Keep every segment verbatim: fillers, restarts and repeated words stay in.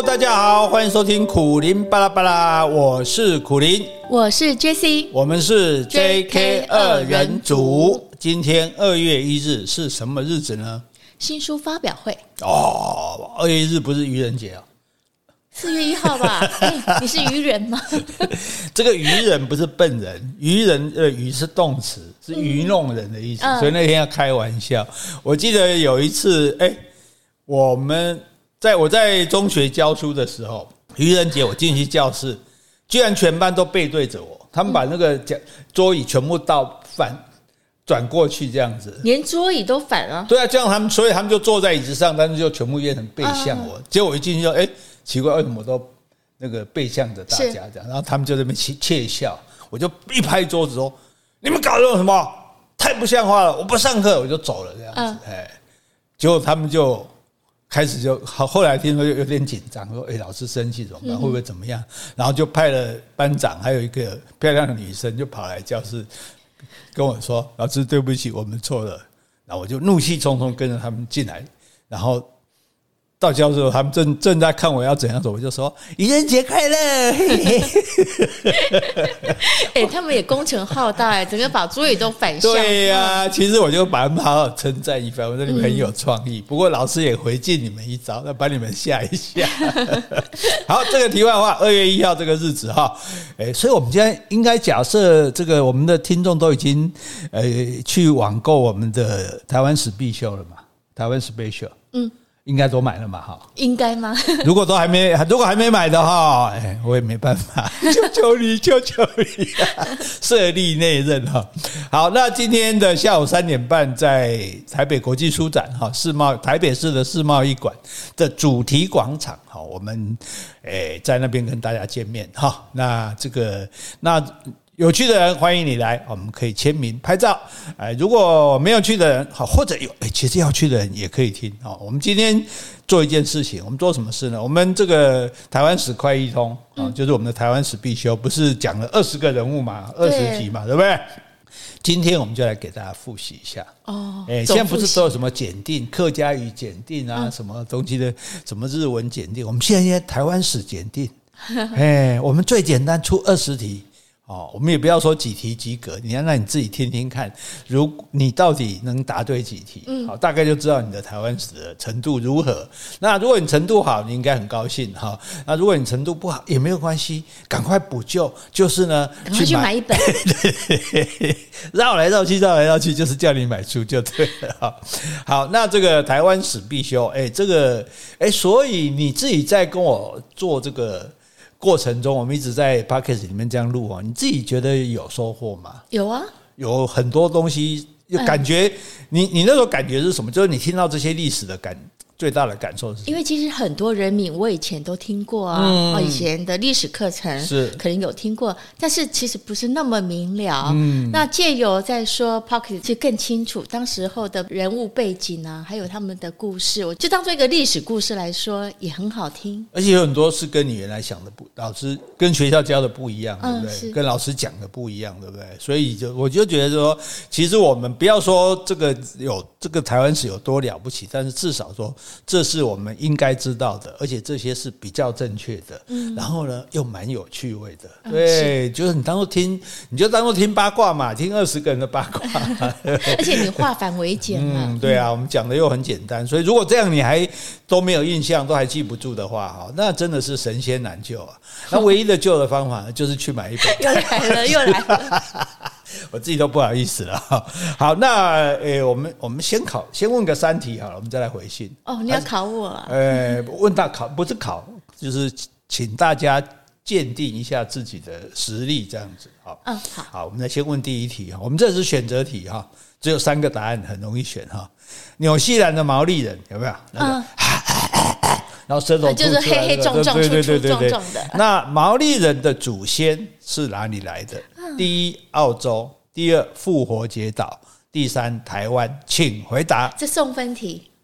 Hello， 大家好，欢迎收听苦苓巴拉巴拉，我是苦苓， 我是 Jessie， 我们是 J K 二人组。今天二月一日是什么日子呢？ 新书发表会。 哦，二月一日不是愚人节啊？ 四月一号吧？欸、你是愚人吗？ 这个愚人不是笨人，愚人呃，愚是动词，是愚弄人的意思，嗯、所以那天要开玩笑。我记得有一次，哎、欸，我们在我在中学教书的时候，愚人节我进去教室，居然全班都背对着我，他们把那个桌椅全部倒反转过去，这样子， 连桌椅都反了。 对啊，这样他们，所以他们就坐在椅子上，但是就全部变成背向我。嗯、结果我一进去就，哎、欸，奇怪，为什么都那个背向着大家这样？然后他们就在那边窃笑，我就一拍桌子说：“你们搞这什么？太不像话了！我不上课，我就走了。”这样子，哎、嗯，结果他们就开始就好，后来听说有点紧张，说：“哎、欸，老师生气怎么办？会不会怎么样？”然后就派了班长，还有一个漂亮的女生，就跑来教室跟我说：“老师，对不起，我们错了。”然后我就怒气冲冲跟着他们进来，然后到教室，他们正正在看我要怎样走，我就说：“愚人节快乐！” 哎、欸，他们也工程浩大哎，整个把桌椅都反向。 对呀、啊，其实我就把他们好好称赞一番，我说你们很有创意。嗯、不过老师也回敬你们一招，要把你们吓一吓。好，这个题外话，二月一号这个日子哈，哎，所以我们今天应该假设这个我们的听众都已经呃去网购我们的台湾史必修了嘛，台湾 special， 嗯。应该都买了嘛，哈？ 应该吗？ 如果都还没，如果还没买的话，哎，我也没办法，求求你，求求你啊！设立内任哈。好，那今天的下午三点半，在台北国际书展哈，世贸台北市的世贸一馆的主题广场哈，我们诶在那边跟大家见面哈。那这个那。有趣的人欢迎你来，我们可以签名拍照。哎，如果没有去的人，好，或者有哎，其实要去的人也可以听。好，我们今天做一件事情，我们做什么事呢？我们这个台湾史快易通啊，就是我们的台湾史必修，不是讲了二十个人物嘛，二十集嘛，对不对？今天我们就来给大家复习一下哦。哎，现在不是都有什么检定、客家语检定啊，嗯、什么东西的，什么日文检定？我们现在台湾史检定，哎，我们最简单出二十题。哦，我们也不要说几题及格，你要让你自己听听看，如你到底能答对几题，嗯，好，大概就知道你的台湾史的程度如何。那如果你程度好，你应该很高兴哈。那如果你程度不好也没有关系，赶快补救，就是呢， 赶快去买一本， 绕来绕去，绕来绕去，就是叫你买书就对了。好，那这个台湾史必修，哎，这个，哎，所以你自己在跟我做这个过程中，我们一直在 podcast 里面这样录啊，你自己觉得有收获吗？ 有啊， 有很多东西，感觉、嗯、你你那时候感觉是什么？就是你听到这些历史的感最大的感受是什么？ 因为其实很多人名我以前都听过啊，嗯、以前的历史课程是可能有听过，但是其实不是那么明了。嗯，那借由在说 podcast 就更清楚当时候的人物背景啊，还有他们的故事，我就当做一个历史故事来说，也很好听。 而且有很多是跟你原来想的不，老师跟学校教的不一样，对不对？嗯、跟老师讲的不一样，对不对？所以就我就觉得说，其实我们不要说这个有这个台湾史有多了不起，但是至少说。这是我们应该知道的，而且这些是比较正确的，嗯、然后呢又蛮有趣味的，嗯、对，是就是你当作听，你就当作听八卦嘛，听二十个人的八卦， 而且你化繁为简嘛， 嗯，对啊，我们讲的又很简单，所以如果这样你还都没有印象，都还记不住的话，那真的是神仙难救啊！那唯一的救的方法就是去买一本， 又来了，又来了。 我自己都不好意思了。好，那诶，我们我们先考，先问个三题好了，我们再来回信。 哦，你要考我啊？ 呃，问大考不是考，就是请大家鉴定一下自己的实力，这样子。好， 嗯，好， 好，我们来先问第一题哈，我们这是选择题哈，只有三个答案，很容易选哈。纽西兰的毛利人有没有？那个、嗯。然后舌头就是黑黑壮壮、粗粗壮壮的。 那毛利人的祖先是哪里来的？嗯、第一，澳洲；第二，复活节岛；第三，台湾。请回答。 这送分题。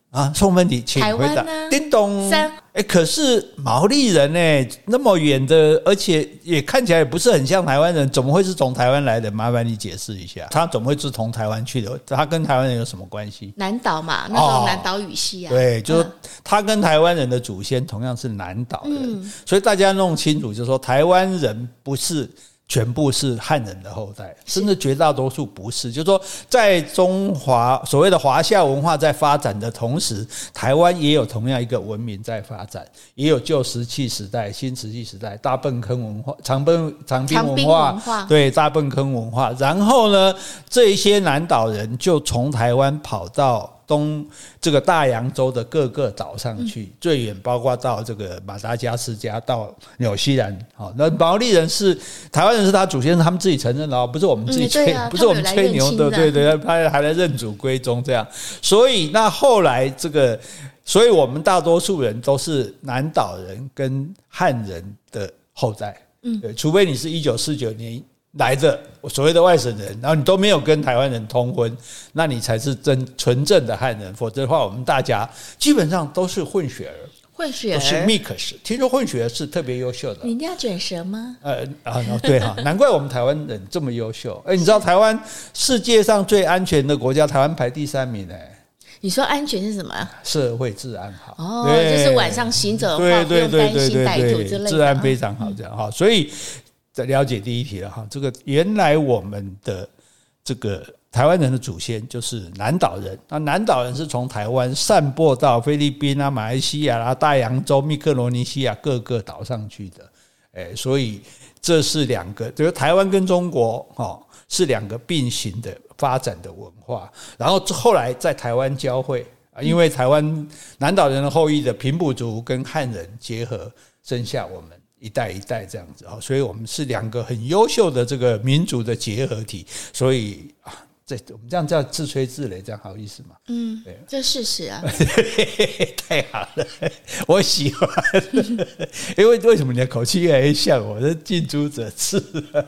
啊，送分题，请回答。叮咚，三。哎，可是毛利人呢，那么远的，而且也看起来也不是很像台湾人，怎么会是从台湾来的？麻烦你解释一下，他怎么会是从台湾去的？他跟台湾人有什么关系？ 南岛嘛，那时候南岛语系啊。 哦、对，就是他跟台湾人的祖先同样是南岛人，嗯、所以大家弄清楚，就是说台湾人不是全部是汉人的后代，甚至绝大多数不是。就是说，在中华所谓的华夏文化在发展的同时，台湾也有同样一个文明在发展，也有旧石器时代、新石器时代、大坌坑文化、长滨长滨文化，文化对大坌坑文化。然后呢，这一些南岛人就从台湾跑到东这个大洋洲的各个岛上去，嗯、最远包括到这个马达加斯加到纽西兰。好，那毛利人是台湾人是他祖先，他们自己承认的，不是我们自己吹，嗯啊、不是我们吹牛的，对对，他还来认祖归宗这样。所以那后来这个，所以我们大多数人都是南岛人跟汉人的后代，嗯，对，除非你是一九四九年来的所谓的外省人，然后你都没有跟台湾人通婚，那你才是真纯正的汉人，否则的话我们大家基本上都是混血儿， 混血儿都是 mix。 听说混血儿是特别优秀的。 你一定要卷舌吗？ 呃啊，对哈，难怪我们台湾人这么优秀。哎，你知道台湾世界上最安全的国家，台湾排第三名哎。 你说安全是什么？ 社会治安好哦，就是晚上行走的话不用担心歹徒之类的， 治安非常好这样哈，所以。了解第一题了哈，这个原来我们的这个台湾人的祖先就是南岛人，那南岛人是从台湾散播到菲律宾啊、马来西亚啊、大洋洲、密克罗尼西亚各个岛上去的，哎，所以这是两个，就是台湾跟中国哈是两个并行的发展的文化，然后后来在台湾交汇，因为台湾南岛人的后裔的平埔族跟汉人结合，生下我们。一代一代这样子，所以我们是两个很优秀的这个民族的结合体，所以啊，这我们这样叫自吹自擂，这样好意思吗？ 嗯，对，这事实啊， 太好了，我喜欢，因为为什么你的口气越来越像我？这近朱者赤。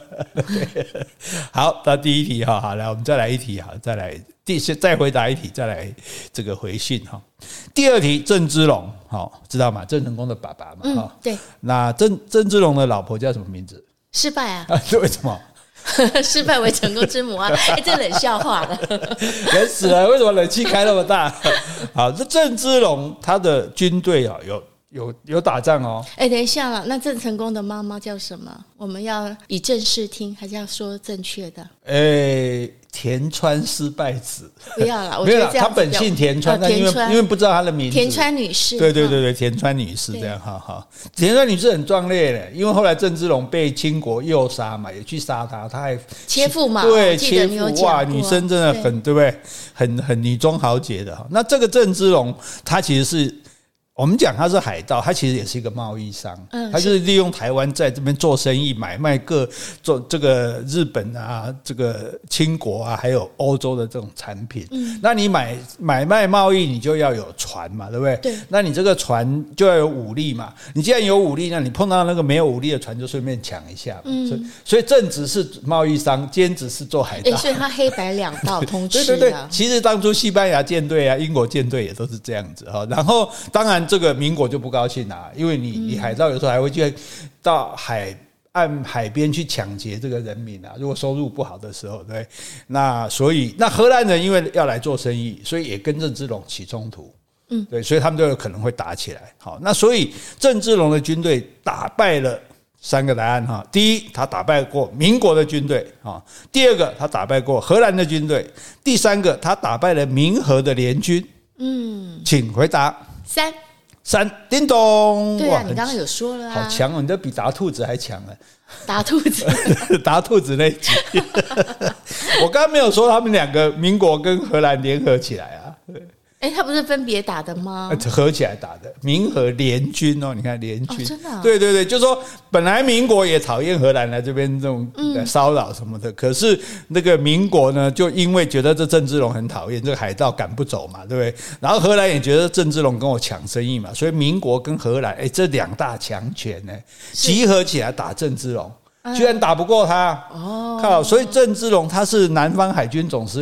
好，到第一题哈，好，来我们再来一题哈，再来第再回答一题，再来这个回信哈。第二题，郑芝龙，好，知道吗？郑成功的爸爸嘛， 嗯，对。 那郑郑芝龙的老婆叫什么名字？ 失败啊！ 为什么？ 失败为成功之母啊！哎，这冷笑话了， 冷死了！为什么冷气开那么大？好，这郑芝龙他的军队啊，有有有打仗哦。 哎，等一下了，那郑成功的妈妈叫什么？我们要以正视听，还是要说正确的？ 哎。田川失败子， 不要了，我觉得这样他本姓田川，但因为因为不知道他的名字， 田川女士， 对对对对，田川女士这样，哈哈。田川女士很壮烈的，因为后来郑芝龙被清国诱杀嘛，也去杀他，他还切腹嘛， 对，切腹哇，女生真的很对不对？很很女中豪杰的哈。那这个郑芝龙，他其实是。我们讲他是海盗，他其实也是一个贸易商，嗯、他就是利用台湾在这边做生意，买卖各做这个日本啊、这个清国啊，还有欧洲的这种产品。嗯、那你买买卖贸易，你就要有船嘛，对不对？ 对。 那你这个船就要有武力嘛，你既然有武力，那你碰到那个没有武力的船，就顺便抢一下嘛。嗯。所以，所以正职是贸易商，兼职是做海盗。 欸、所以他黑白两道通吃、啊。 对对对，其实当初西班牙舰队啊、英国舰队也都是这样子哈。然后，当然。这个民国就不高兴啦，因为你你海盗有时候还会去到海岸海边去抢劫这个人民啊，如果收入不好的时候，对，那所以那荷兰人因为要来做生意，所以也跟郑芝龙起冲突，嗯，对，所以他们都有可能会打起来。好，那所以郑芝龙的军队打败了三个答案哈，第一，他打败过民国的军队啊；第二个，他打败过荷兰的军队；第三个，他打败了民荷的联军。嗯，请回答。 三。 三叮咚， 对啊，你刚刚有说了啊， 好强哦，你都比打兔子还强啊！ 打兔子， 打兔子那一集，我刚刚没有说他们两个民国跟荷兰联合起来啊。 哎、欸，他不是分别打的吗？ 合起来打的，民荷联军哦，你看联军、 哦，真的、啊， 对对对，就是说本来民国也讨厌荷兰来这边这种骚扰什么的、嗯，可是那个民国呢，就因为觉得这郑芝龙很讨厌，这个海盗赶不走嘛，对不对？然后荷兰也觉得郑芝龙跟我抢生意嘛，所以民国跟荷兰，哎、欸，这两大强权呢，集合起来打郑芝龙。居然打不过他哦！靠！所以郑芝龙他是南方海军总司令，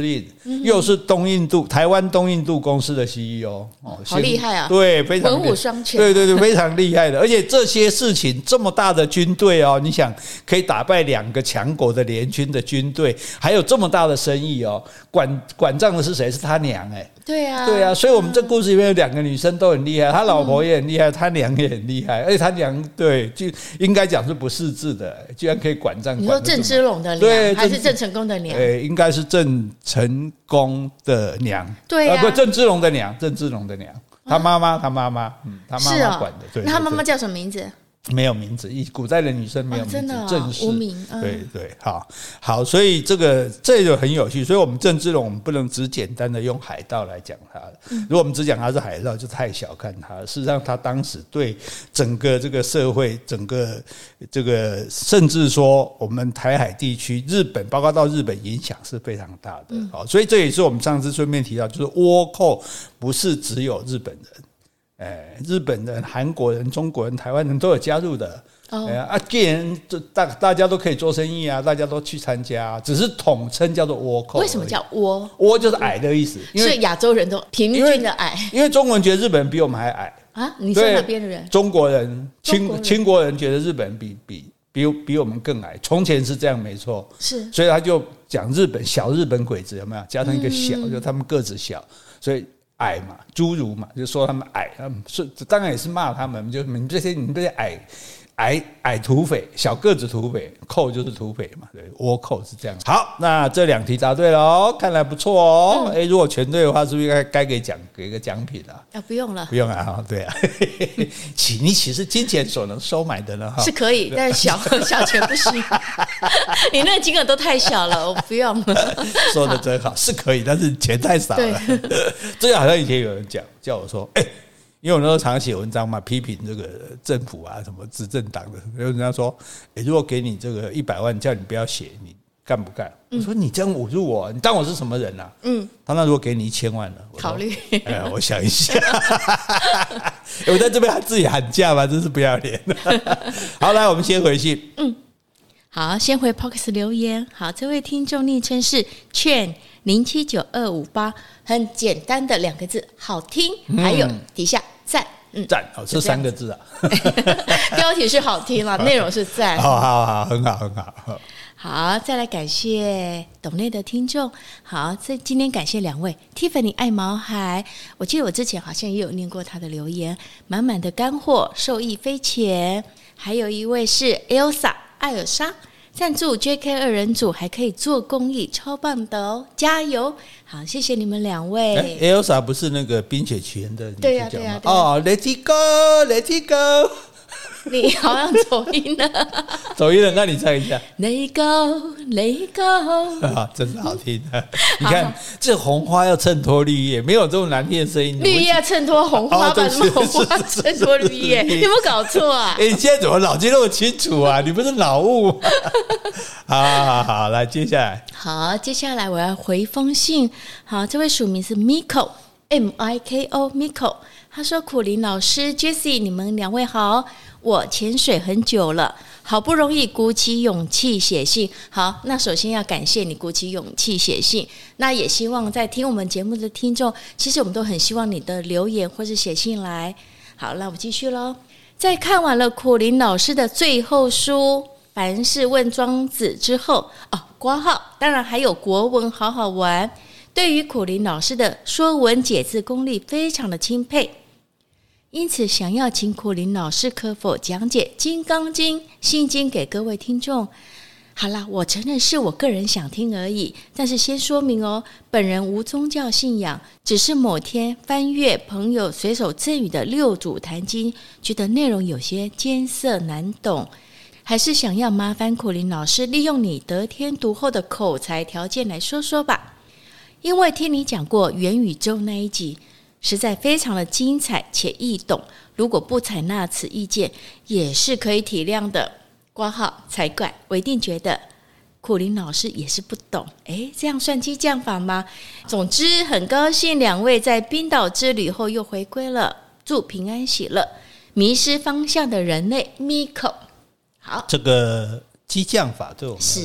嗯、又是东印度台湾东印度公司的 C E O， 哦，好厉害啊！ 对，非常文武双全， 对对对，非常厉害的。而且这些事情这么大的军队哦，你想可以打败两个强国的联军的军队，还有这么大的生意哦，管管账的是谁？是他娘哎、欸。 对啊， 对啊，所以我们这故事里面有两个女生都很厉害，他老婆也很厉害，他娘也很厉害，而且他娘对就应该讲是不识字的，居然可以管账。 你说郑芝龙的娘还是郑成功的娘？ 对，应该是郑成功的娘。 对啊， 不，郑芝龙的娘，郑芝龙的娘，他妈妈，他妈妈，嗯，他妈妈管的。对， 那他妈妈叫什么名字？ 没有名字，古代的女生没有名字， 哦真的哦、 正式无名。嗯、 对对，好好，所以这个这就很有趣。所以，我们郑芝龙，我们不能只简单的用海盗来讲他。如果我们只讲他是海盗，就太小看他了。事实上，他当时对整个这个社会，整个这个，甚至说我们台海地区、日本，包括到日本，影响是非常大的。好、嗯，所以这也是我们上次顺便提到，就是倭寇不是只有日本人。哎，日本人、韩国人、中国人、台湾人都有加入的。哦、哎啊，既然大大家都可以做生意啊，大家都去参加、啊，只是统称叫做倭寇。 为什么叫倭？ 倭就是矮的意思，因为是亚洲人都平均的矮。 因为中国人觉得日本人比我们还矮啊？你说哪边的人？ 中国人、清清国人觉得日本人比比比比我们更矮。从前是这样，没错。是，所以他就讲日本小日本鬼子有没有？加上一个小，嗯、就他们个子小，所以。矮嘛，侏儒嘛，就说他们矮，他们是当然也是骂他们，就你们这些你们这些矮矮矮土匪，小个子土匪，寇就是土匪嘛，对，倭寇是这样。好，那这两题答对了哦，看来不错哦。哎、嗯欸，如果全对的话，是不是应该该给奖给个奖品啊？ 啊，不用了， 不用啊，对啊，岂你岂是金钱所能收买的呢？ 是可以，但是小小钱不行，你那个金额都太小了，我不用了。 说的真好，是可以，但是钱太少了。这个好像以前有人讲，叫我说，哎、欸。因为我那时候常写文章嘛，批评这个政府啊，什么执政党的，有人家说，欸、如果给你这个一百万，叫你不要写，你干不干？嗯、我说你这样侮辱我，你当我是什么人啊？嗯，他那如果给你一千万呢？ 考虑， 哎、欸，我想一下，欸、我在这边还自己喊价嘛，真是不要脸。好，来，我们先回去。嗯， 好，先回 Podcast 留言。好，这位听众昵称是券零七九二五八，很简单的两个字，好听，嗯、还有底下。赞， 嗯，赞，哦，是三个字啊。 标题是好听了，内容是赞。 好好好，很好很好。 好，再来感谢斗内的听众。好，这今天感谢两位 Tiffany 爱毛孩，我记得我之前好像也有念过他的留言，满满的干货，受益匪浅。还有一位是 Elsa 艾尔莎。赞助 J K 二人组还可以做公益，超棒的哦！加油！好，谢谢你们两位。 欸、Elsa 不是那个《冰雪奇缘》的女主角吗？ 对呀、啊，对呀、啊。 哦 ，Let it go，Let it go。 你好像走音了， 走音了，那你唱一下。 Let it go，Let it go， 啊，真是好听的。你看，这红花要衬托绿叶，没有这么难听的声音。 绿叶衬托红花，把什么红花衬托绿叶？你有没有搞错啊？ 哎、欸，你现在怎么脑筋那么清楚啊？你不是脑雾？好好好，来，接下来。 好，接下来我要回封信。好，这位署名是 Miko M I K O Miko， 他说：“苦苓老师 Jessie， 你们两位好。我潜水很久了，好不容易鼓起勇气写信。好，那首先要感谢你鼓起勇气写信。那也希望在听我们节目的听众，其实我们都很希望你的留言或是写信来。好，那我继续咯。在看完了苦苓老师的最后书《凡事问庄子》之后，哦，括号当然还有国文好好玩。对于苦苓老师的说文解字功力非常的钦佩。因此想要请苦苓老师可否讲解《金刚经》《心经》给各位听众。好啦，我承认是我个人想听而已，但是先说明哦，本人无宗教信仰，只是某天翻阅朋友随手赠予的六祖坛经，觉得内容有些艰涩难懂，还是想要麻烦苦苓老师利用你得天独厚的口才条件来说说吧。因为听你讲过元宇宙那一集实在非常的精彩且易懂，如果不采纳此意见也是可以体谅的。括号才怪，我一定觉得苦苓老师也是不懂。诶，这样算激将法吗？总之很高兴两位在冰岛之旅后又回归了，祝平安喜乐。迷失方向的人类 Miko。好， 这个激将法对我们有用、啊、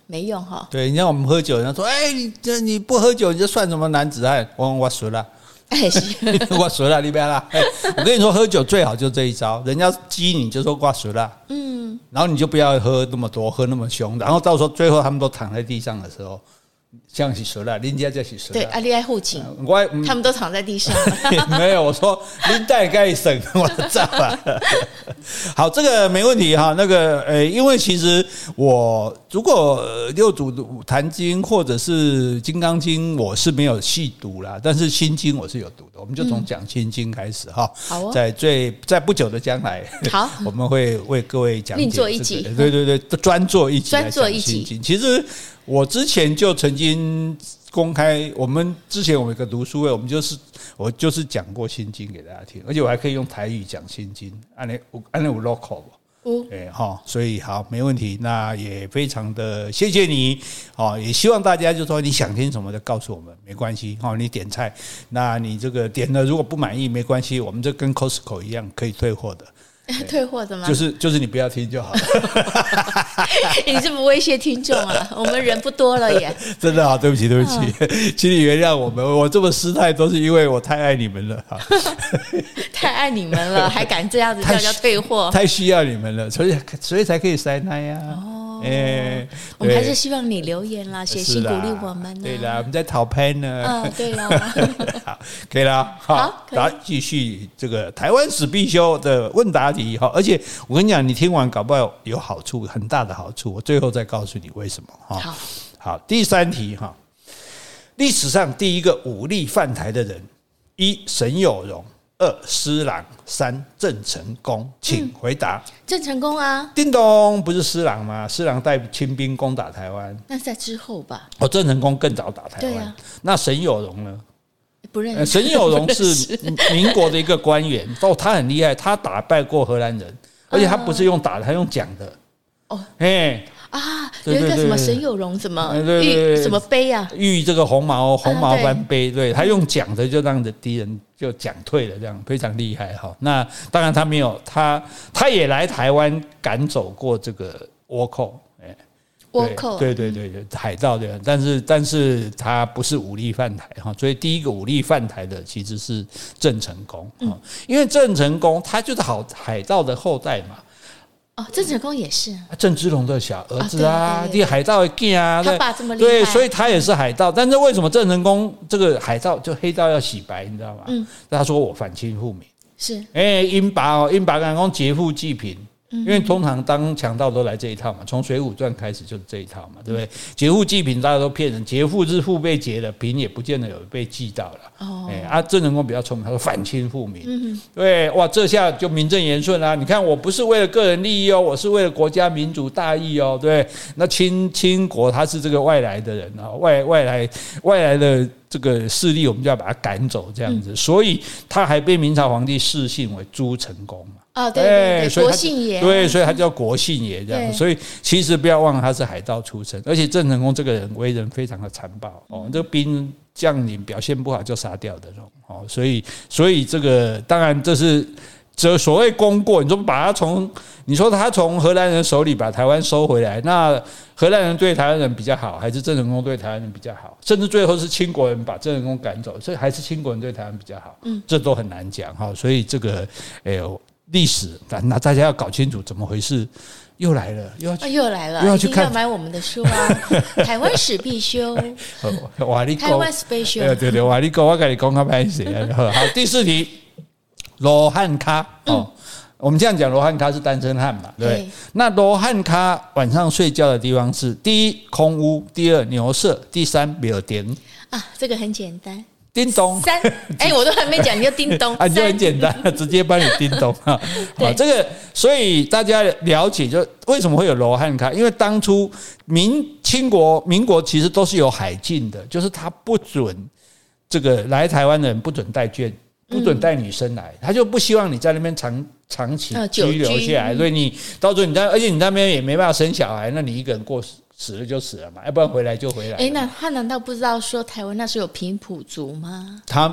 没用哈。 对，你像我们喝酒，人家说：“哎，你这你不喝酒，你就算什么男子汉？”我我输了， 哎，是我输了，你别啦。哎，我跟你说，喝酒最好就这一招，人家激你就说我输了，嗯，然后你就不要喝那么多，喝那么凶，然后到时候最后他们都躺在地上的时候。像是熟了，人家就洗熟了。 对，阿丽爱护警， 我、 嗯、他们都躺在地上。 没有，我说林带该省，我知道了。好，这个没问题哈。那个呃，因为其实我如果六祖坛经或者是金刚经，我是没有细读啦，但是心经我是有读的。我们就从讲心经开始哈。好、哦，在最在不久的将来， 好， 我们会为各位讲解、这个。 另做一集， 对对对，专做一集， 专做一集。 其实。我之前就曾经公开，我们之前我们有个读书会，我们就是我就是讲过心经给大家听，而且我还可以用台语讲心经，按那按那有 local 不？哎哈，所以好没问题，那也非常的谢谢你哦，也希望大家就说你想听什么的告诉我们，没关系哦，你点菜，那你这个点了如果不满意没关系，我们这跟 Costco 一样可以退货的。 退货的吗？ 就是就是你不要听就好了。 你是不威胁听众啊？我们人不多了耶。 真的啊，对不起对不起，哦、请你原谅我们。我这么失态都是因为我太爱你们了。 太爱你们了，还敢这样子叫人家退货？ 太需要你们了，所以所以才可以塞奶呀。哦。 哎、欸，我们还是希望你留言啦，写信鼓励我们呢。 对啦，我们在讨拍呢。 嗯，对啦。 好，可以了。好，然后继续这个台湾史必修的问答题哈，而且我跟你讲，你听完搞不好有好处，很大的好处。我最后再告诉你为什么哈。好，好，第三题哈，历史上第一个武力犯台的人，一沈有容。二施琅，三郑成功，请回答。 嗯、郑成功啊， 叮咚，不是施琅吗？施琅带清兵攻打台湾， 那是在之后吧？ 哦，郑成功更早打台湾。对啊，那沈有容呢？ 不认识。 沈有容是民国的一个官员，哦，他很厉害，他打败过荷兰人，而且他不是用打的，他用讲的。哦，哎。 啊，有一个什么沈有容什么玉什么碑啊， 玉这个红毛红毛斑碑，对他用讲的就让的敌人就讲退了，这样非常厉害哈。那当然他没有他他也来台湾赶走过这个倭寇，哎， 倭寇， 对对对对，海盗的，但是但是他不是武力犯台哈，所以第一个武力犯台的其实是郑成功哈，因为郑成功他就是好海盗的后代嘛。 哦，郑成功也是郑芝龙的小儿子啊，这、哦、海盗的囝啊， 他爸这么厉害， 对，所以他也是海盗。但是为什么郑成功这个海盗就黑道要洗白，你知道吗？嗯，他说我反清复明， 是， 哎，英拔哦，英拔刚刚劫富济贫。因为通常当强盗都来这一套嘛，从《水浒传》开始就是这一套嘛，对不对？劫富济贫大家都骗人，劫富是富被劫了，贫也不见得有被济到了。哦，哎啊，郑成功比较聪明，他说反清复明，嗯，对，哇，这下就名正言顺啦。你看，我不是为了个人利益哦，我是为了国家民族大义哦，对。那清清国他是这个外来的人啊，外外来外来的这个势力，我们就要把他赶走，这样子。嗯、所以他还被明朝皇帝谥姓为朱成功嘛。 哦，对对对，国姓爷， 对，所以他叫国姓爷这样。所以其实不要忘了他是海盗出身，而且郑成功这个人为人非常的残暴哦，这个兵将领表现不好就杀掉的那种哦，所以所以这个当然这是这所谓功过，你说把他从你说他从荷兰人手里把台湾收回来，那荷兰人对台湾人比较好，还是郑成功对台湾人比较好？甚至最后是清国人把郑成功赶走，所以还是清国人对台湾比较好？嗯，这都很难讲哈。所以这个哎呦。历史，那大家要搞清楚怎么回事。又来了，又要去、 啊、又来了， 又要去看， 要买我们的书啊！台湾史必修，台湾 special， 对对，我你讲，我跟你讲个拍谁？好，第四题，罗汉脚哦，我们这样讲，罗汉腳是单身汉嘛，对不对？那罗汉腳晚上睡觉的地方是：第一空屋，第二牛舍，第三庙殿啊，这个很简單。 叮咚三，哎、欸，我都还没讲，你就叮咚啊，就很简单，直接帮你叮咚啊。好，这个，所以大家了解，就为什么会有罗汉腳？因为当初民清国、民国其实都是有海禁的，就是他不准这个来台湾的人不准带眷，不准带女生来，他就不希望你在那边长长期居留下来，所以你到时候你在，而且你那边也没办法生小孩，那你一个人过死了就死了嘛，要不然回来就回来。 哎，那他难道不知道说台湾那时候有平埔族吗？ 他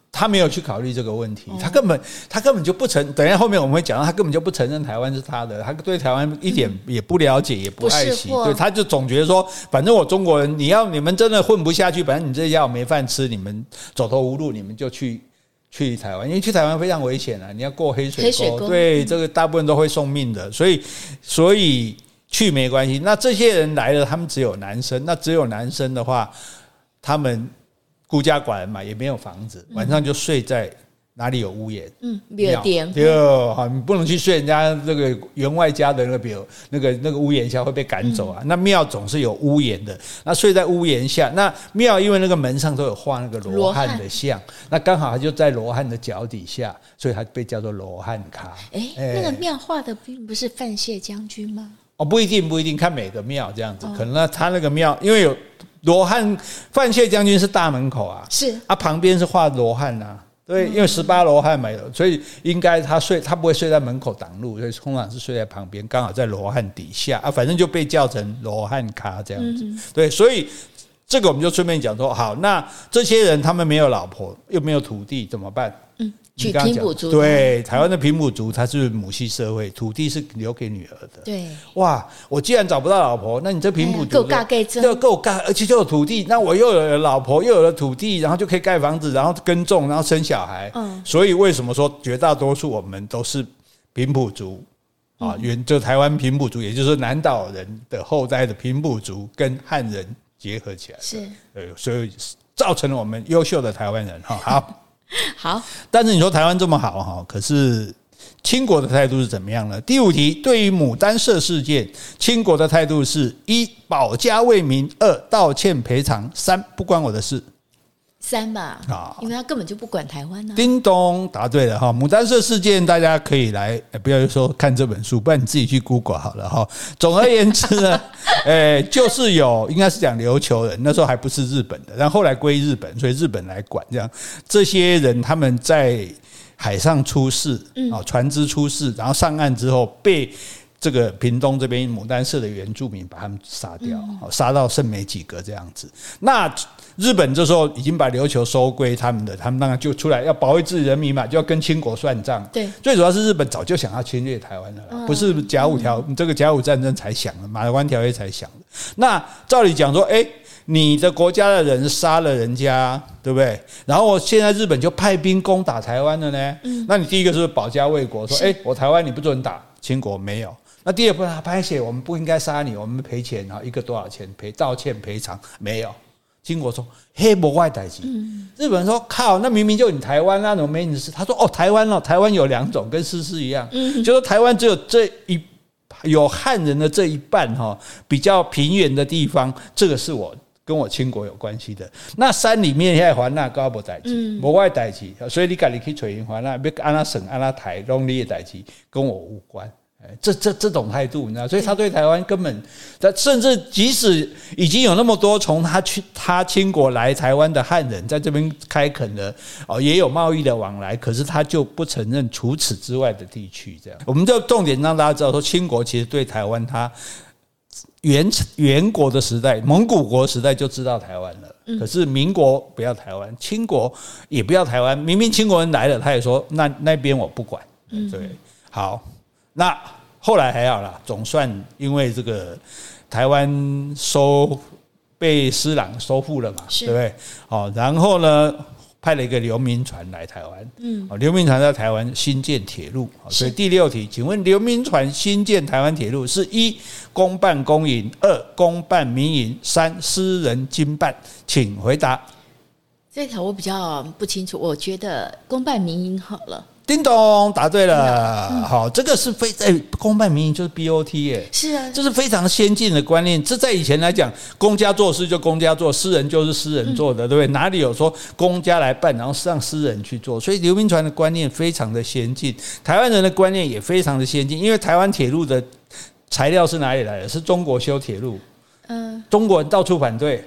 他没有去考虑这个问题，他根本他根本就不承，等一下后面我们会讲到，他根本就不承认台湾是他的，他对台湾一点也不了解，也不爱惜，对，他就总觉得说，反正我中国人，你要你们真的混不下去，反正你这家我没饭吃，你们走投无路，你们就去去台湾，因为去台湾非常危险啊，你要过黑水沟， 黑水沟对，这个大部分都会送命的，所以所以去没关系。那这些人来了，他们只有男生，那只有男生的话，他们孤家寡人嘛，也没有房子，晚上就睡在哪里有屋檐， 嗯，庙殿， 对，好，你不能去睡人家这个员外家的那个庙，那个那个屋檐下会被赶走啊。嗯、那庙总是有屋檐的，那睡在屋檐下，那庙因为那个门上都有画那个罗汉的像，那刚好他就在罗汉的脚底下，所以他被叫做罗汉咖。 哎、欸，那个庙画的并不是范谢将军吗？ 哦，不一定，不一定，看每个庙这样子，哦、可能那他那个庙因为有。罗汉范谢将军是大门口啊， 是啊，旁边是画罗汉啊，对，因为十八罗汉嘛，所以应该他睡，他不会睡在门口挡路，所以通常是睡在旁边，刚好在罗汉底下啊，反正就被叫成罗汉咖这样子，嗯、对，所以这个我们就顺便讲说，好，那这些人他们没有老婆，又没有土地，怎么办？嗯。 去平埔族， 对，台湾的平埔族，它是母系社会，土地是留给女儿的。 对， 哇，我既然找不到老婆，那你这平埔族够尬盖真， 就够尬，而且就有土地，那我又有了老婆，又有了土地，然后就可以盖房子，然后耕种，然后生小孩。嗯，所以为什么说绝大多数我们都是平埔族啊？原就台湾平埔族，也就是南岛人的后代的平埔族跟汉人结合起来， 是， 呃，所以造成了我们优秀的台湾人。哈，好。 好， 但是你说台湾这么好哈，可是清国的态度是怎么样呢？第五题，对于牡丹社事件，清国的态度是：一、保家卫民；二、道歉赔偿；三、不关我的事。 三吧，啊，因为他根本就不管台湾呢、啊。 叮咚，答对了哈！牡丹社事件，大家可以来，不要说看这本书，不然你自己去 Google 好了哈。总而言之呢，诶，就是有，应该是讲琉球人，那时候还不是日本的，然后后来归日本，所以日本来管这样。这些人他们在海上出事，啊，船只出事，然后上岸之后被这个屏东这边牡丹社的原住民把他们杀掉，杀到剩没几个这样子。那日本这时候已经把琉球收归他们的，他们当然就出来要保卫自己人民嘛，就要跟清国算账。 对， 最主要是日本早就想要侵略台湾了啦，不是甲午条这个甲午战争才想的，马关条约才想的。那照理讲说，哎、欸，你的国家的人杀了人家，对不对？然后现在日本就派兵攻打台湾了呢。嗯，那你第一个是不是保家卫国，说，哎、欸，我台湾你不准打，清国没有。那第二步，他拍写我们不应该杀你，我们赔钱啊，一个多少钱赔道歉赔偿没有。清国说：“黑不外代志。”日本人说：“靠，那明明就你台湾啊，怎么没你的事？”他说：“哦，台湾哦，台湾有两种，跟诗诗一样，嗯、就说台湾只有这一有汉人的这一半哈，比较平原的地方，这个是我跟我清国有关系的。那山里面还还那高不代志，不外代志，所以你赶紧去找人还那，别按那省按那台弄你的代志，跟我无关。”这这这种态度，你知道，所以他对台湾根本，甚至即使已经有那么多从他去他清国来台湾的汉人在这边开垦了，哦，也有贸易的往来，可是他就不承认除此之外的地区。这样，我们就重点让大家知道说，清国其实对台湾，他元元国的时代、蒙古国时代就知道台湾了，可是民国不要台湾，清国也不要台湾。明明清国人来了，他也说那那边我不管。对，好。那后来还好啦，总算因为这个台湾收被施琅收复了嘛，对不对？好，然后呢，派了一个刘铭传来台湾，嗯，刘铭传在台湾新建铁路，所以第六题，请问刘铭传新建台湾铁路是一公办公营，二公办民营，三私人经办，请回答。 这条我比较不清楚，我觉得公办民营好了。 叮咚，答对了。嗯、好，这个是非在、欸、公办民营就是 B O T 耶， 是啊， 这是非常先进的观念。这在以前来讲，公家做事就公家做，私人就是私人做的，嗯、对不对？哪里有说公家来办，然后让私人去做？所以刘铭传的观念非常的先进，台湾人的观念也非常的先进。因为台湾铁路的材料是哪里来的？是中国修铁路，嗯，中国人到处反对。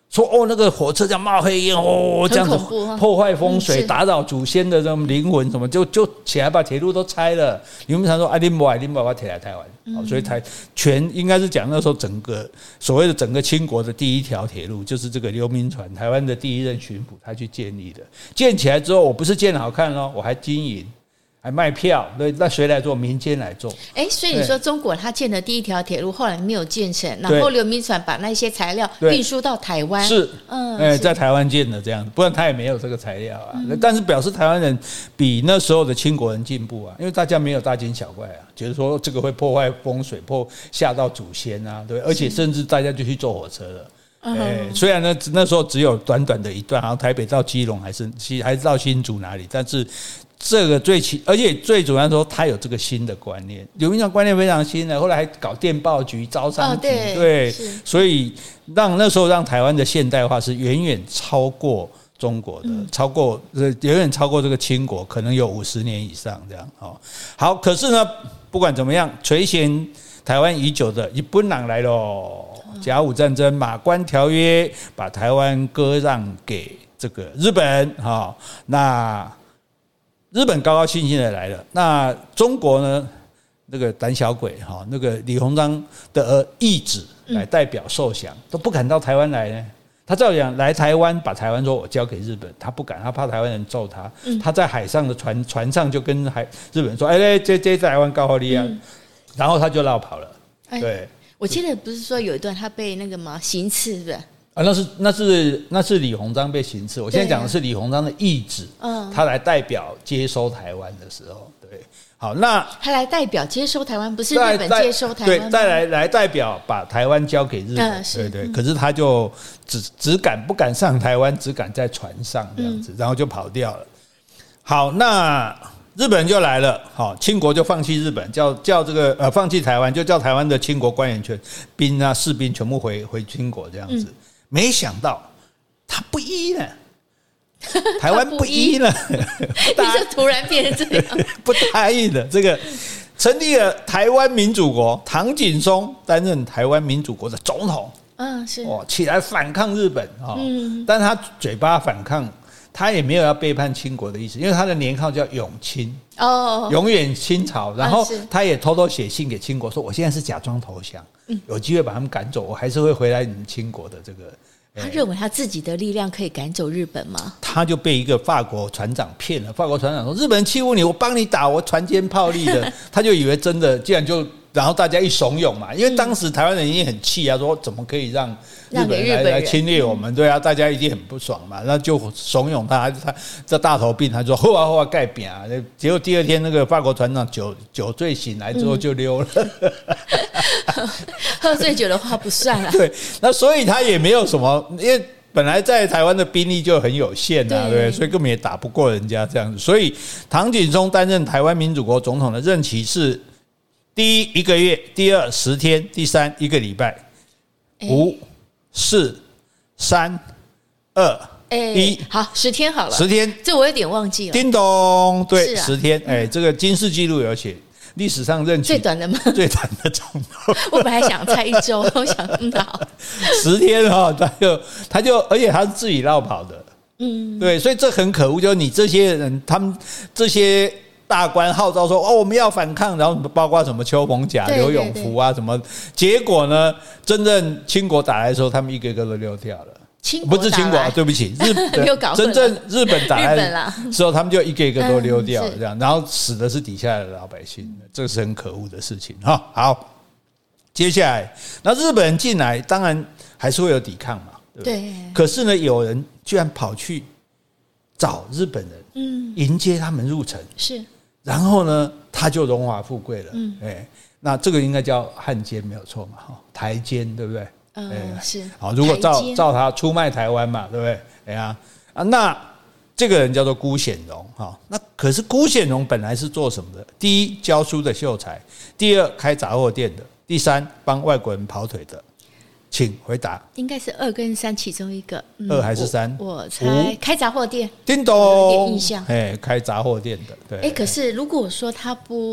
说哦，那个火车这样冒黑烟哦，这样子破坏风水，打扰祖先的这种灵魂什么，就就起来把铁路都拆了。刘铭传说：“啊，你不爱，你不爱，我铁来台湾。嗯”所以台全应该是讲那时候整个所谓的整个清国的第一条铁路，就是这个刘铭传台湾的第一任巡抚他去建立的。建起来之后，我不是建好看哦，我还经营。还卖票，对，那谁来做？民间来做。 哎，所以你说中国他建的第一条铁路后来没有建成，然后刘铭传把那些材料运输到台湾， 是，嗯，哎，在台湾建的这样，不然他也没有这个材料啊。嗯、但是表示台湾人比那时候的清国人进步啊，因为大家没有大惊小怪啊，觉得说这个会破坏风水，破吓到祖先啊，对，而且甚至大家就去坐火车了。哎，虽然呢那时候只有短短的一段，然后台北到基隆还是还是到新竹哪里，但是。这个最起，而且最主要说，他有这个新的观念，刘铭传观念非常新的，后来还搞电报局、招商局，哦、对，对所以让那时候让台湾的现代化是远远超过中国的，嗯、超过远远超过这个清国，可能有五十年以上这样。哦，好，可是呢，不管怎么样，垂涎台湾已久的日本人来喽，甲午战争、马关条约，把台湾割让给这个日本，哈、哦，那。日本高高兴兴的来了，那中国呢？那个胆小鬼哈，那个李鸿章的义子来代表受降，都不敢到台湾来呢。他照讲来台湾，把台湾说我交给日本，他不敢，他怕台湾人揍他。他在海上的船船上就跟海日本说：“哎，这这台湾高好利啊！”然后他就绕跑了。对， 我记得不是说有一段他被那个嘛行刺，是不是？ 啊，那是那是那是李鸿章被行刺。我现在讲的是李鸿章的义子，嗯，他来代表接收台湾的时候，对，好，那他来代表接收台湾，不是日本接收台湾， 对，再来来代表把台湾交给日本，嗯、对对。可是他就只只敢不敢上台湾，只敢在船上这样子，嗯、然后就跑掉了。好，那日本人就来了，好，清国就放弃日本，叫叫这个呃放弃台湾，就叫台湾的清国官员全兵啊士兵全部回回清国这样子。嗯没想到他不依了，台湾不依了， 你就突然变成这样， 不答应了。这个成立了台湾民主国，唐景崧担任台湾民主国的总统， 嗯，是哦，起来反抗日本啊，嗯，但他嘴巴反抗，他也没有要背叛清国的意思，因为他的年号叫永清哦，永远清朝，然后他也偷偷写信给清国说，我现在是假装投降。有机会把他们赶走，我还是会回来你们清国的这个。 他认为他自己的力量可以赶走日本吗？ 他就被一个法国船长骗了。法国船长说：“日本人欺负你，我帮你打，我船坚炮利的。”他就以为真的，既然就，然后大家一怂恿嘛，因为当时台湾人已经很气啊，说怎么可以让日本人来来侵略我们？对啊，大家一定很不爽嘛，那就怂恿他，他这大头病，他说后啊后啊盖饼啊，结果第二天那个法国船长酒酒醉醒来之后就溜了。 嗯、喝醉酒的话不算了。 对，那所以他也没有什么，因为本来在台湾的兵力就很有限啊，对，对，所以根本也打不过人家这样子。所以唐景崧担任台湾民主国总统的任期是第一一个月，第二十天，第三一个礼拜，五四三二一， 好，十天好了， 十天， 这我有点忘记了。 叮咚，对，十天，哎，这个金氏纪录有写。历史上任期最短的吗？ 最短的总统。 我本来想猜一周，我想嗯好， 十天哈，他就他就，而且他是自己绕跑的，嗯，对，所以这很可恶，就是你这些人，他们这些大官号召说哦我们要反抗，然后包括什么邱逢甲、刘永福啊什么，结果呢，真正清国打来的时候，他们一个个都溜掉了。不是清国，对不起，日本真正日本打来的时候，他们就一个一个都溜掉了，这样，然后死的是底下的老百姓，这是很可恶的事情哈。好，接下来，那日本人进来，当然还是会有抵抗嘛，对不对？对。可是呢，有人居然跑去找日本人，嗯，迎接他们入城， 是， 然后呢，他就荣华富贵了，嗯，哎，那这个应该叫汉奸没有错嘛，哈，台奸对不对？ 嗯，是好。如果照照他出卖台湾嘛，对不对？哎呀啊，那这个人叫做辜显荣哈。那可是辜显荣本来是做什么的？第一，教书的秀才；第二，开杂货店的；第三，帮外国人跑腿的。请回答。 应该是二跟三其中一个。 嗯、二还是三？ 我, 我猜开杂货店。 叮咚， 有点印象。 哎，开杂货店的。对。 哎，可是如果说他不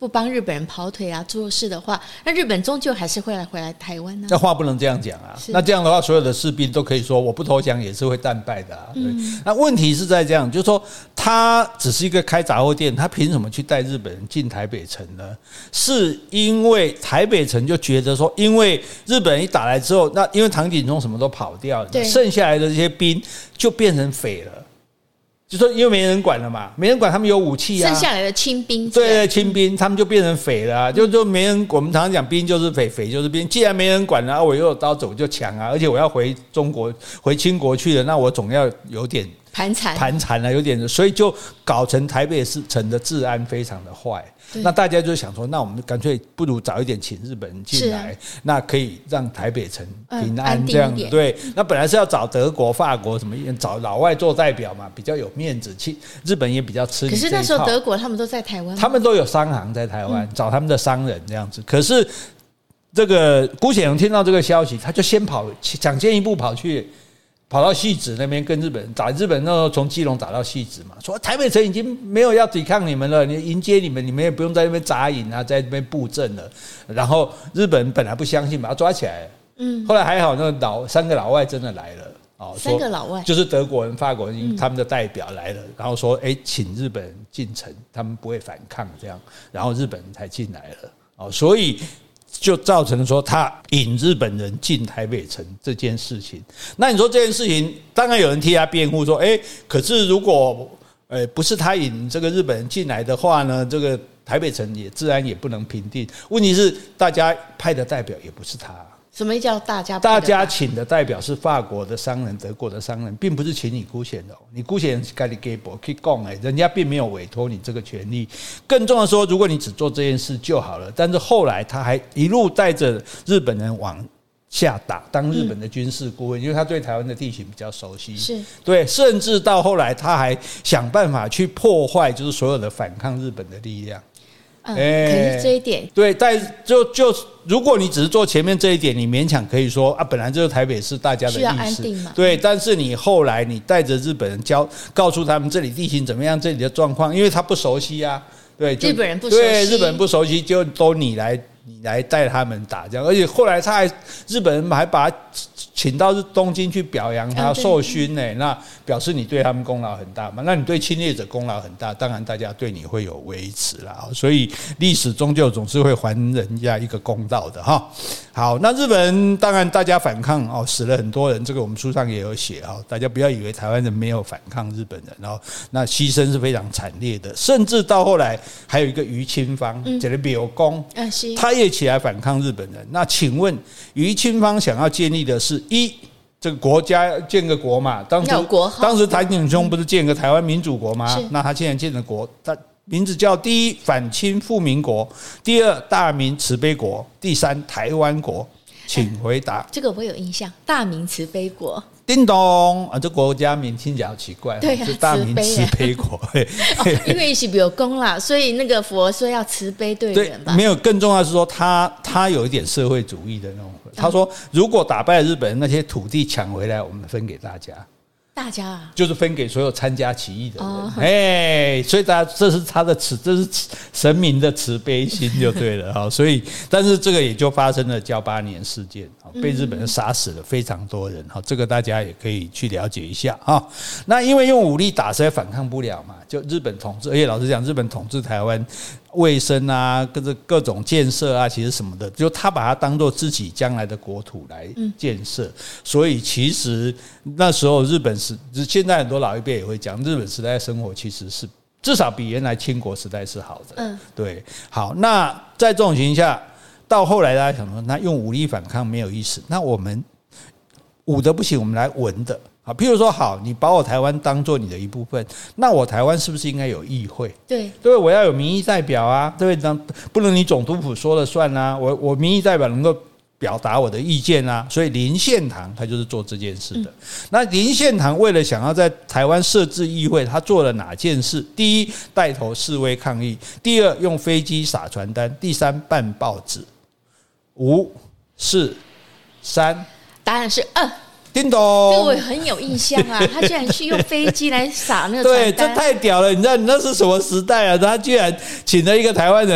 不帮日本人跑腿啊做事的话，那日本终究还是会来回来台湾呢、啊。 那话不能这样讲啊！那这样的话，所有的士兵都可以说我不投降也是会战败的啊。嗯、那问题是在这样，就是说他只是一个开杂货店，他凭什么去带日本人进台北城呢？是因为台北城就觉得说，因为日本人一打来之后，那因为唐景崧什么都跑掉了，剩下来的这些兵就变成匪了。就说因为没人管了嘛，没人管，他们有武器啊， 剩下来的清兵， 对对，清兵，他们就变成匪了、啊，就就没人。我们常常讲兵就是匪，匪就是兵。既然没人管了、啊，我又有刀子，我就抢啊！而且我要回中国、回清国去了，那我总要有点盘缠盘缠了，有点，所以就搞成台北市城的治安非常的坏。那大家就想说，那我们干脆不如早一点请日本人进来，那可以让台北城平安这样子。对，那本来是要找德国、法国什么，找老外做代表嘛，比较有面子。去日本也比较吃你这一套。 可是那时候德国他们都在台湾， 他们都有商行在台湾，找他们的商人这样子。可是这个辜显荣听到这个消息，他就先跑，抢先一步跑去。跑到汐止那边跟日本人打，日本人那时候从基隆打到汐止嘛，说台北城已经没有要抵抗你们了，你迎接你们，你们也不用在那边扎营啊，在那边布阵了。然后日本人本来不相信，把他抓起来了。嗯，后来还好，那个老三个老外真的来了。哦， 三个老外就是德国人、法国人他们的代表来了，嗯、然后说，哎，请日本人进城，他们不会反抗这样，然后日本人才进来了。哦，所以。就造成说他引日本人进台北城这件事情，那你说这件事情，当然有人替他辩护说，哎，可是如果呃不是他引这个日本人进来的话呢，这个台北城也自然也不能平定。问题是大家派的代表也不是他。 什么叫大家？ 大家请的代表是法国的商人、德国的商人，并不是请你辜显荣。你辜显荣是该你给我可以讲哎，人家并没有委托你这个权利。更重要的说，如果你只做这件事就好了。但是后来他还一路带着日本人往下打，当日本的军事顾问，嗯、因为他对台湾的地形比较熟悉。 是对，甚至到后来他还想办法去破坏，就是所有的反抗日本的力量。 嗯，可是这一点， 对，但就就如果你只是做前面这一点，你勉强可以说啊，本来就是台北市大家的意思， 需要安定嘛。 对，但是你后来你带着日本人教告诉他们这里地形怎么样，这里的状况，因为他不熟悉啊，对， 日本人不熟悉， 对，日本人不熟悉，就都你来你来带他们打这样，而且后来他还日本人还把他请到东京去表扬他授勋呢，那表示你对他们功劳很大嘛，那你对侵略者功劳很大，当然大家对你会有维持啦，所以历史终究总是会还人家一个公道的哈。好，那日本人当然大家反抗哦，死了很多人，这个我们书上也有写哈，大家不要以为台湾人没有反抗日本人哦，那牺牲是非常惨烈的，甚至到后来还有一个于清芳，这个biểu公，他也起来反抗日本人。那请问于清芳想要建立的是一这个国家建个国嘛？当时当时谭景崧不是建个台湾民主国吗？那他现在建的国，他名字叫第一反清复民国，第二大明慈悲国，第三台湾国。请回答。 欸、这个我有印象，大明慈悲国。 叮咚啊！这国家名听起来好奇怪， 对啊， 是大明慈悲国。 哦、因为是有功啦，所以那个佛说要慈悲对人吧。 没有，更重要的是说他他有一点社会主义的那种。他说，如果打败日本人，那些土地抢回来，我们分给大家。 大家啊， 就是分给所有参加起义的人，哎、哦，所以大家这是他的慈，这是神明的慈悲心就对了哈。所以，但是这个也就发生了噍吧哖事件，被日本人杀死了非常多人哈。这个大家也可以去了解一下哈。那因为用武力打实在反抗不了嘛，就日本统治，而且老实讲，日本统治台湾。卫生啊，各各种建设啊，其实什么的，就他把它当作自己将来的国土来建设，嗯、所以其实那时候日本时，现在很多老一辈也会讲，日本时代生活其实是至少比原来清国时代是好的。嗯，对，好，那在这种情况下，到后来大家想说，那用武力反抗没有意思，那我们武的不行，我们来文的。好，譬如说，好，你把我台湾当作你的一部分，那我台湾是不是应该有议会？ 对， 对，我要有民意代表啊，对不对？不能你总督府说了算啊，我我民意代表能够表达我的意见啊，所以林献堂他就是做这件事的。嗯、那林献堂为了想要在台湾设置议会，他做了哪件事？第一，带头示威抗议；第二，用飞机撒传单；第三，办报纸。五、四、三， 答案是二。 叮咚， 这个我很有印象啊！他居然去用飞机来撒那个传单， 对，这太屌了！你知道你那是什么时代啊？他居然请了一个台湾人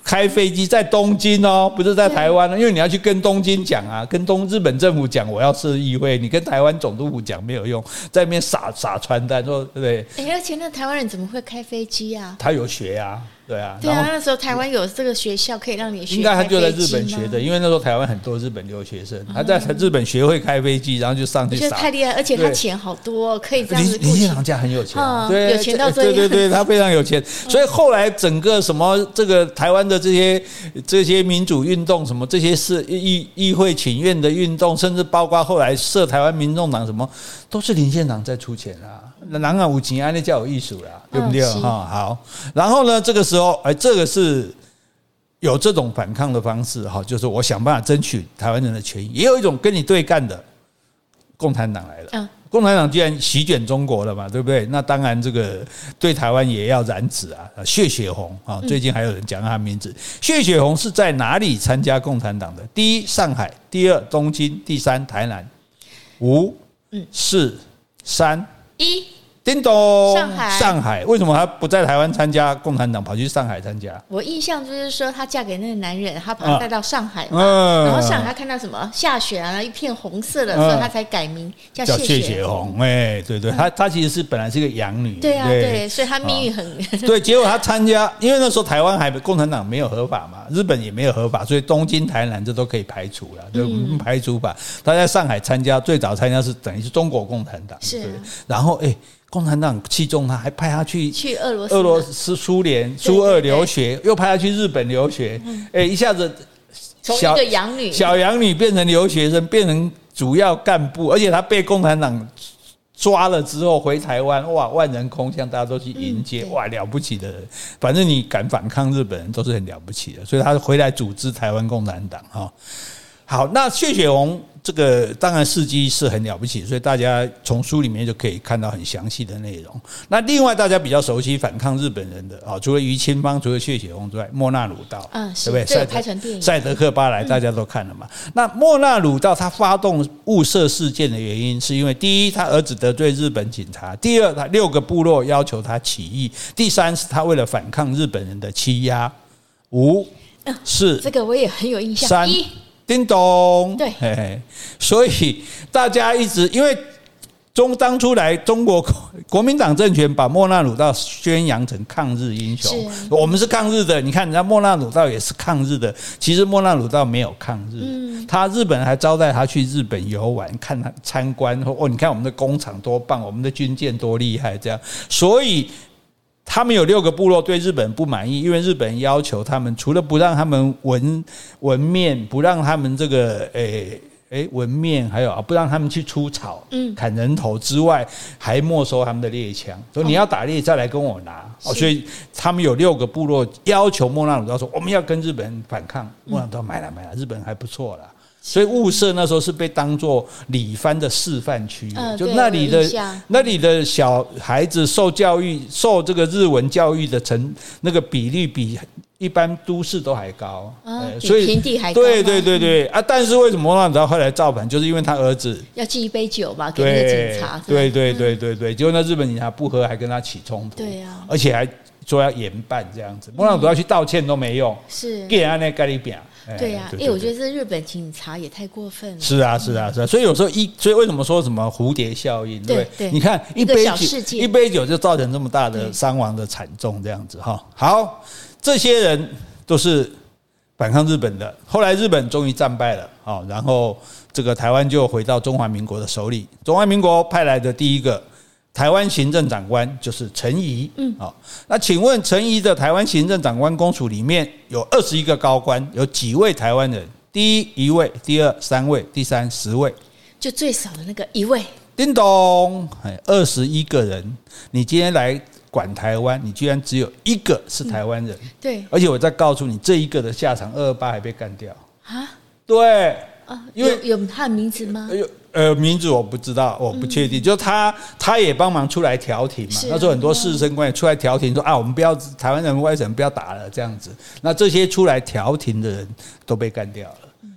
开飞机在东京哦，不是在台湾哦，因为你要去跟东京讲啊，跟东日本政府讲我要设议会，你跟台湾总督府讲没有用，在那边撒撒传单说对不对？ 哎、欸，而且那台湾人怎么会开飞机啊？ 他有学啊。对啊， 对啊，那时候台湾有这个学校可以让你学， 应该他就在日本学的，因为那时候台湾很多日本留学生，他在日本学会开飞机，然后就上去撒。 我觉得太厉害，而且他钱好多，可以这样子。 林献堂家很有钱， 嗯、对，有钱到这样。 对对对，他非常有钱，所以后来整个什么这个台湾的这些这些民主运动，什么这些是议议会请愿的运动，甚至包括后来设台湾民众党，什么都是林献堂在出钱啊。人啊有钱安尼才有艺术啦，对不对？哈、哦，好。然后呢，这个时候，哎，这个是有这种反抗的方式，哈，就是我想办法争取台湾人的权益。也有一种跟你对干的，共产党来了。嗯，共产党既然席卷中国了嘛，对不对？那当然这个对台湾也要染指啊。谢雪红啊，最近还有人讲他名字。谢雪红是在哪里参加共产党的？第一，上海；第二，东京；第三，台南。五、四、三、 一。 叮咚， 上海， 上海，为什么她不在台湾参加共产党，跑去上海参加？ 我印象就是说，她嫁给那个男人，她把她带到上海嘛，嗯、然后上海她看到什么下雪啊，一片红色的，嗯、所以她才改名叫谢雪红。 哎，对对，她她其实是本来是个养女， 对啊对，对，所以她命运很、哦、 对。结果她参加，因为那时候台湾还共产党没有合法嘛，日本也没有合法，所以东京、台南这都可以排除了，就排除法。她在上海参加，最早参加是等于是中国共产党， 是、啊， 然后哎。共产党器重他，还派他去去俄罗斯、 俄罗斯、苏联、苏俄留学，又派他去日本留学。哎、欸，一下子从一个养女小养女变成留学生，变成主要干部，而且他被共产党抓了之后回台湾，哇，万人空巷，大家都去迎接，嗯、哇，了不起的人。反正你敢反抗日本人，都是很了不起的。所以他回来组织台湾共产党哈。好，那谢雪红这个当然事迹是很了不起，所以大家从书里面就可以看到很详细的内容。那另外大家比较熟悉反抗日本人的啊，除了于清芳，除了谢雪红之外，莫那鲁道， 嗯， 对不对？ 这个拍成电影， 赛德克巴莱大家都看了嘛。嗯、那莫那鲁道他发动雾社事件的原因，是因为第一，他儿子得罪日本警察；第二，他六个部落要求他起义；第三，是他为了反抗日本人的欺压。五、四， 这个我也很有印象。 三。叮咚， 对， 嘿嘿，所以大家一直因为中当初来中国国民党政权把莫那鲁道宣扬成抗日英雄，我们是抗日的。你看人家莫那鲁道也是抗日的，其实莫那鲁道没有抗日，嗯、他日本还招待他去日本游玩，看他参观，哦，你看我们的工厂多棒，我们的军舰多厉害，这样，所以。他们有六个部落对日本人不满意，因为日本人要求他们除了不让他们纹纹面，不让他们这个诶诶纹面，还有啊不让他们去出草、嗯、砍人头之外，还没收他们的猎枪，说你要打猎再来跟我拿。哦、所以他们有六个部落要求莫那鲁道说我们要跟日本人反抗，莫那鲁道买了买了，日本人还不错啦。所以雾社那时候是被当作理番的示范区， 嗯、 就那里的那里的小孩子受教育、受这个日文教育的成那个比例比一般都市都还高， 啊、所以平地还高。 对对对对、嗯、啊！但是为什么莫那鲁道后来造反，就是因为他儿子要寄一杯酒吧给那个警察， 对对对对对，结果那日本警察不喝，还跟他起冲突， 对啊， 而且还说要严办这样子，莫那鲁道要去道歉都没用， 是给人家盖里扁。 对呀、啊，哎、欸，我觉得这日本警察也太过分了。 是啊，是啊，是啊，所以有时候一，所以为什么说什么蝴蝶效应？对对，你看一杯酒，一杯酒就造成这么大的伤亡的惨重，这样子哈。好，这些人都是反抗日本的。后来日本终于战败了，好，然后这个台湾就回到中华民国的手里。中华民国派来的第一个台湾行政长官就是陈仪，嗯，好，那请问陈仪的台湾行政长官公署里面有二十一个高官，有几位台湾人？第一一位，第二三位，第三十位， 就最少的那个一位。 叮咚，二十一个人，你今天来管台湾，你居然只有一个是台湾人，嗯、 对， 而且我再告诉你，这一个的下场，二二八还被干掉啊？ 对， 啊，因为有有他的名字吗？ 有。呃，名字我不知道，我不确定。嗯、就他，他也帮忙出来调停嘛。啊、那时候很多士绅官也出来调停，说啊，我们不要台湾人、外省不要打了这样子。那这些出来调停的人都被干掉了。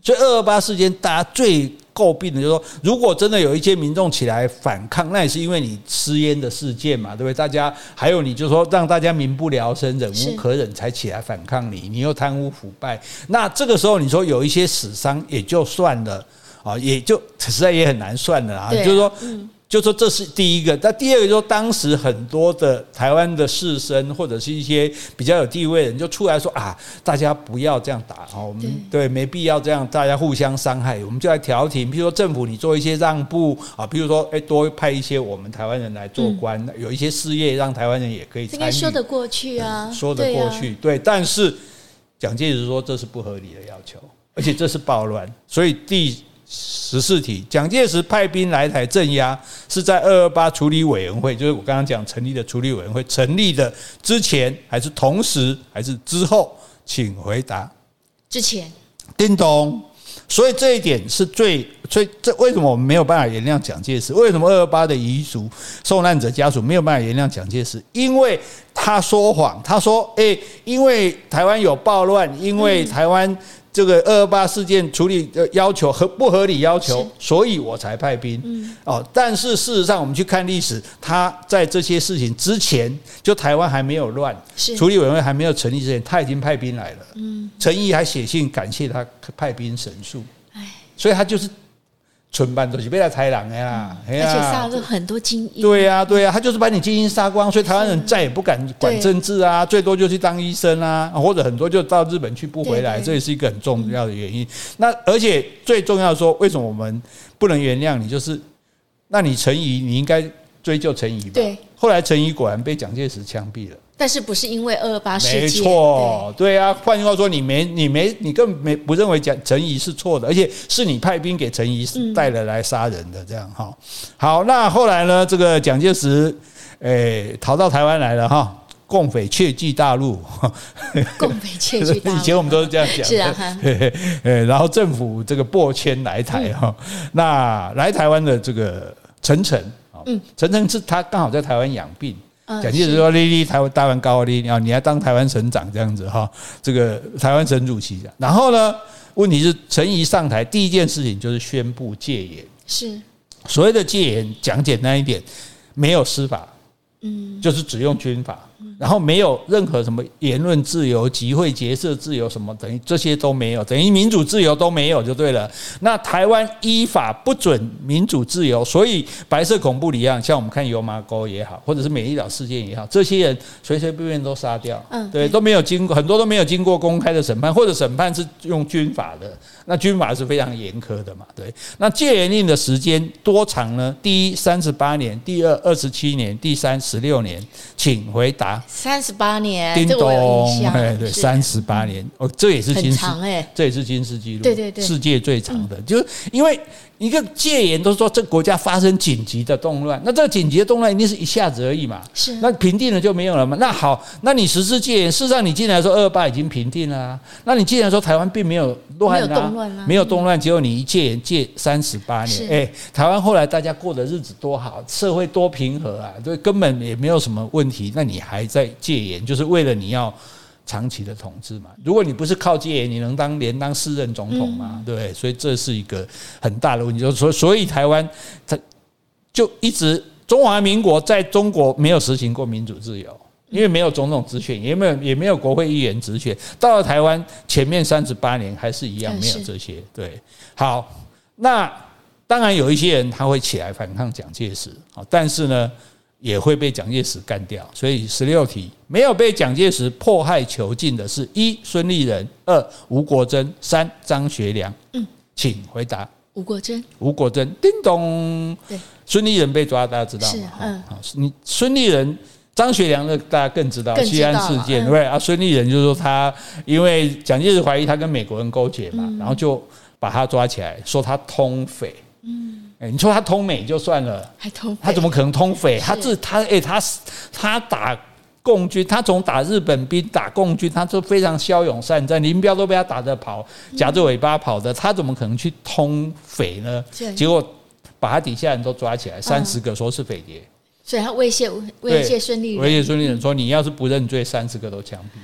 所以二二八事件大家最诟病的就是说，如果真的有一些民众起来反抗，那也是因为你吃烟的事件嘛，对不对？大家还有你就说让大家民不聊生、忍无可忍才起来反抗你，你又贪污腐败，那这个时候你说有一些死伤也就算了啊，也就实在也很难算了啊，就是说。嗯就说这是第一个，那第二个就是当时很多的台湾的士绅或者是一些比较有地位的人就出来说啊，大家不要这样打哦，我们对没必要这样，大家互相伤害，我们就来调停。譬如说政府你做一些让步啊，譬如说哎多派一些我们台湾人来做官，嗯、有一些事业让台湾人也可以参与， 应该说得过去啊， 嗯、说得过去，对, 啊、对。但是蒋介石说这是不合理的要求，而且这是暴乱，所以第十四题，蒋介石派兵来台镇压，是在二二八处理委员会，就是我刚刚讲成立的处理委员会成立的之前，还是同时，还是之后？请回答。 之前。 叮咚。所以这一点是最，所以这为什么我们没有办法原谅蒋介石？为什么二二八的遗族受难者家属没有办法原谅蒋介石？因为他说谎，他说：“欸，因为台湾有暴乱，因为台湾。”这个二二八事件处理的要求和不合理要求，所以我才派兵。嗯、哦，但是事实上，我们去看历史，他在这些事情之前，就台湾还没有乱，处理委员会还没有成立之前，他已经派兵来了。嗯，陈仪还写信感谢他派兵神速。所以他就是。纯班都是被他豺狼的啦， 而且杀了很多精英。 对呀、啊，对呀、啊，他就是把你精英杀光，所以台湾人再也不敢管政治啊，最多就去当医生啊，或者很多就到日本去不回来，这也是一个很重要的原因。那而且最重要的说，为什么我们不能原谅你？就是那你陈仪，你应该追究陈仪吧？ 对。 后来陈仪果然被蒋介石枪毙了。 但是不是因为二二八事件？ 没错，对啊。换句话说，你没你没你根本没不认为陈仪是错的，而且是你派兵给陈仪带了来杀人的，这样哈。好，那后来呢？这个蒋介石诶、欸、逃到台湾来了哈，共匪窃据大陆， 共匪窃据大陆。 以前我们都是这样讲的， 是啊。 诶，然后政府这个拨迁来台哈、嗯，那来台湾的这个陈诚，嗯，陈诚是他刚好在台湾养病。蒋介石说：“你你台湾台湾高你你还当台湾省长这样子哈，这个台湾省主席。然后呢，问题是陈仪上台第一件事情就是宣布戒严。是所谓的戒严，讲简单一点，没有司法，嗯，就是只用军法。”然后没有任何什么言论自由、集会结社自由什么，等于这些都没有，等于民主自由都没有就对了。那台湾依法不准民主自由，所以白色恐怖一样，像我们看油麻沟也好，或者是美丽岛事件也好，这些人随随便便都杀掉，嗯，对，都没有经过很多都没有经过公开的审判，或者审判是用军法的，那军法是非常严苛的嘛，对。那戒严令的时间多长呢？第一三十八年，第二二十七年，第三十六年，请回答。 三十八年， 叮咚， 这个我有印象。 哎，对，三十八年，哦，这也是金氏， 欸、 这也是金氏纪录， 对对对， 世界最长的，嗯、就是因为一个戒严都说这个国家发生紧急的动乱，那这个紧急的动乱一定是一下子而已嘛， 是， 那平定了就没有了嘛。那好，那你实施戒严，事实上你进来说二二八已经平定了、啊，那你既然说台湾并没有乱啊， 没有动乱啊， 没有动乱，结果你一戒严戒三十八年，哎，台湾后来大家过的日子多好，社会多平和啊，对，根本也没有什么问题，那你还在戒严，就是为了你要长期的统治嘛。如果你不是靠戒严，你能当连当四任总统吗？嗯、对不对？所以这是一个很大的问题。所所以台湾它就一直中华民国在中国没有实行过民主自由，因为没有总统直选，也没有也没有国会议员直选。到了台湾前面三十八年还是一样没有这些。对，好，那当然有一些人他会起来反抗蒋介石，但是呢，也会被蒋介石干掉。所以十六题没有被蒋介石迫害囚禁的是一孙立人，二吴国桢，三张学良。嗯，请回答。 吴国桢， 吴国桢，叮咚。对，孙立人被抓，大家知道吗？嗯，你孙立人、张学良的大家更知道西安事件，对不对啊？孙立人就是说他因为蒋介石怀疑他跟美国人勾结嘛，嗯、然后就把他抓起来，说他通匪。嗯。欸、你说他通美就算了， 还通匪， 他怎么可能通匪？他自他哎、欸，他他打共军，他从打日本兵打共军，他就非常骁勇善战，林彪都被他打得跑，夹着尾巴跑的，他怎么可能去通匪呢？结果把他底下人都抓起来，三十个说是匪谍， 所以他威胁威胁孙立人， 威胁孙立人说你要是不认罪，三十个都枪毙。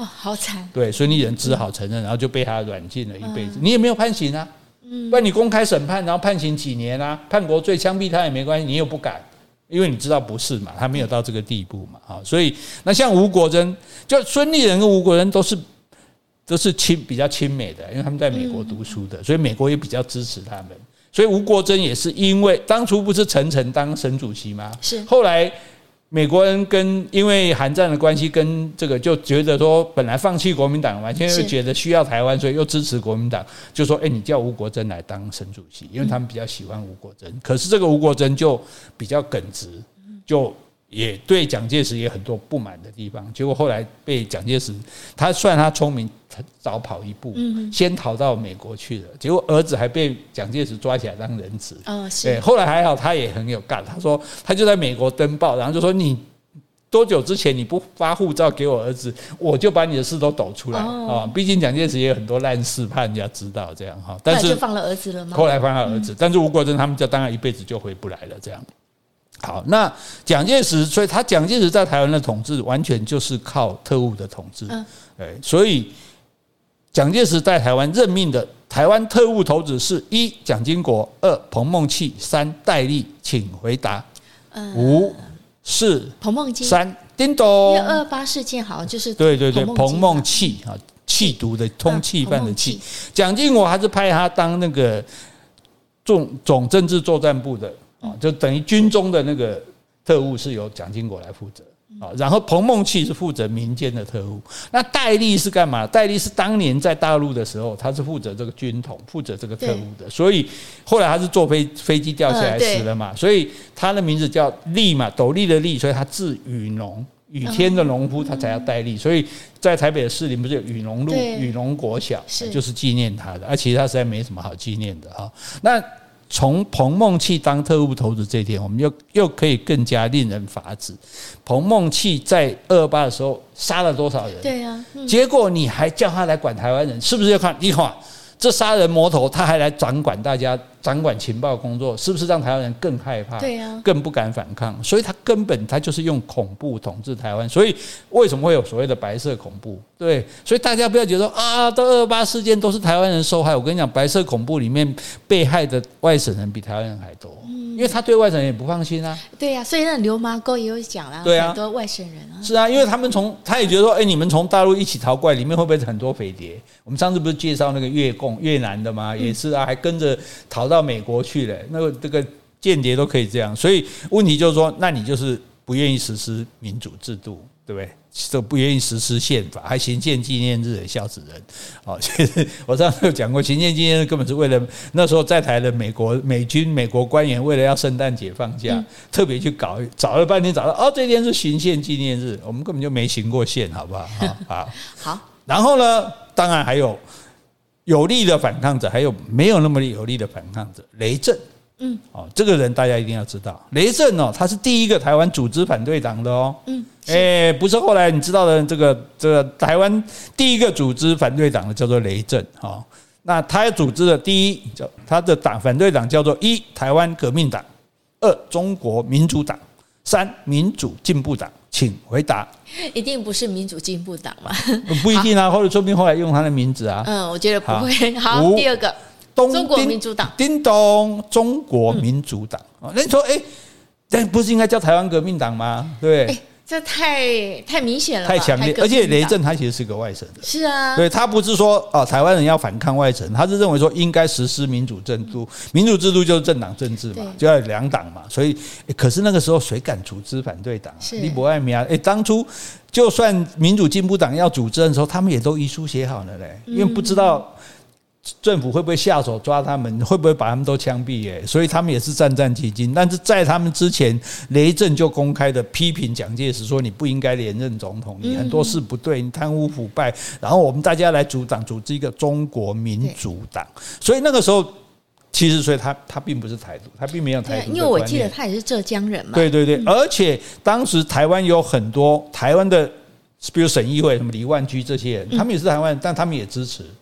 哦，好惨。 对，孙立人只好承认，然后就被他软禁了一辈子。嗯、你也没有判刑啊，嗯，不然你公开审判，然后判刑几年啊，判国罪枪毙他也没关系，你又不敢，因为你知道不是嘛，他没有到这个地步嘛，啊，所以那像吴国桢，就孙立人跟吴国桢都是都是亲比较亲美的，因为他们在美国读书的，嗯、所以美国也比较支持他们。所以吴国桢也是因为当初不是陈诚当省主席吗？ 是后来美国人跟因为韩战的关系，跟这个就觉得说，本来放弃国民党嘛，现在又觉得需要台湾，所以又支持国民党，就说：“哎、欸，你叫吴国桢来当省主席，因为他们比较喜欢吴国桢。嗯”可是这个吴国桢就比较耿直，就也对蒋介石也很多不满的地方。结果后来被蒋介石，他虽然他聪明，早跑一步，嗯、先逃到美国去了。结果儿子还被蒋介石抓起来当人质。 哦，是。 对，后来还好，他也很有干。他说，他就在美国登报，然后就说你多久之前你不发护照给我儿子，我就把你的事都抖出来啊！哦、毕竟蒋介石也有很多烂事，怕人家知道这样哈。但是后来就放了儿子了吗？ 后来放了儿子，嗯、但是吴国桢他们就当然一辈子就回不来了这样。好，那蒋介石，所以他蒋介石在台湾的统治完全就是靠特务的统治，嗯，对，所以蒋介石在台湾任命的台湾特务头子是一蒋经国，二彭孟緝，三戴笠，请回答。嗯、五四彭孟緝， 三叮咚。 因为二二八事件好像就是对对对，彭孟緝啊，缉毒的通缉犯的缉。蒋经国还是派他当那个总总政治作战部的。就等于军中的那个特务是由蒋经国来负责，然后彭孟緝是负责民间的特务。那戴笠是干嘛？戴笠是当年在大陆的时候，他是负责这个军统，负责这个特务的，所以后来他是坐飞飞机掉下来死了嘛，所以他的名字叫笠嘛，斗笠的笠，所以他字雨农，雨天的农夫，他才叫戴笠。所以在台北的士林不是有雨农路、雨农国小，就是纪念他的，而其实他实在没什么好纪念的哈。那从彭孟緝当特务头子这一天，我们又又可以更加令人发指。彭孟緝在二二八的时候杀了多少人？ 对啊， 嗯、结果你还叫他来管台湾人，是不是要看？你看这杀人魔头，他还来掌管大家，掌管情报工作，是不是让台湾人更害怕？ 对啊， 更不敢反抗。所以他根本他就是用恐怖统治台湾。所以为什么会有所谓的白色恐怖？对，所以大家不要觉得啊，这二二八事件都是台湾人受害。我跟你讲，白色恐怖里面被害的外省人比台湾人还多，嗯、因为他对外省人也不放心啊。 对啊，所以那流麻沟也有讲啦， 对啊， 很多外省人啊。 是啊，因为他们从他也觉得说，哎、欸，你们从大陆一起逃过来，里面会不会很多匪谍？我们上次不是介绍那个越共越南的吗？也是啊，还跟着逃到美国去了。那个这个间谍都可以这样，所以问题就是说，那你就是不愿意实施民主制度，对不对？都不愿意实施宪法，还行宪纪念日，笑死人！哦，其实我上次有讲过，行宪纪念日根本是为了那时候在台的美国美军、美国官员为了要圣诞节放假，嗯、特别去搞，找了半天找到哦，这天是行宪纪念日，我们根本就没行过宪，好不好？好， 好。 然后呢，当然还有有力的反抗者，还有没有那么有力的反抗者，雷震。嗯，哦，这个人大家一定要知道，雷震哦，他是第一个台湾组织反对党的哦，嗯，哎、欸，不是后来你知道的这个这个台湾第一个组织反对党的叫做雷震哦，那他组织的第一叫他的党反对党叫做一台湾革命党，二中国民主党，三民主进步党，请回答。 一定不是民主进步党吧？ 不一定啊，或者说不定后来用他的名字啊。 嗯，我觉得不会。好，好第二个。中国民主党， 叮咚，中国民主党。嗯、那你说，哎、欸，但不是应该叫台湾革命党吗？对， 欸、这太太明显了， 太强烈。而且雷震他其实是个外省人， 是啊， 对他不是说啊、哦、台湾人要反抗外省，他是认为说应该实施民主制度，民主制度就是政党政治嘛，就要两党嘛。所以、欸，可是那个时候谁敢组织反对党、啊？你不爱民啊？哎，当初就算民主进步党要组织的时候，他们也都遗书写好了嘞，因为不知道。政府会不会下手抓他们？会不会把他们都枪毙？耶，所以他们也是战战兢兢。但是在他们之前，雷震就公开的批评蒋介石说：“你不应该连任总统，你很多事不对，你贪污腐败。”然后我们大家来组党，组织一个中国民主党。所以那个时候，其实所以他他并不是台独，他并没有台独的观念。 因为我记得他也是浙江人嘛。 对对对，而且当时台湾有很多台湾的，比如省议会什么李万居这些人，他们也是台湾人，但他们也支持。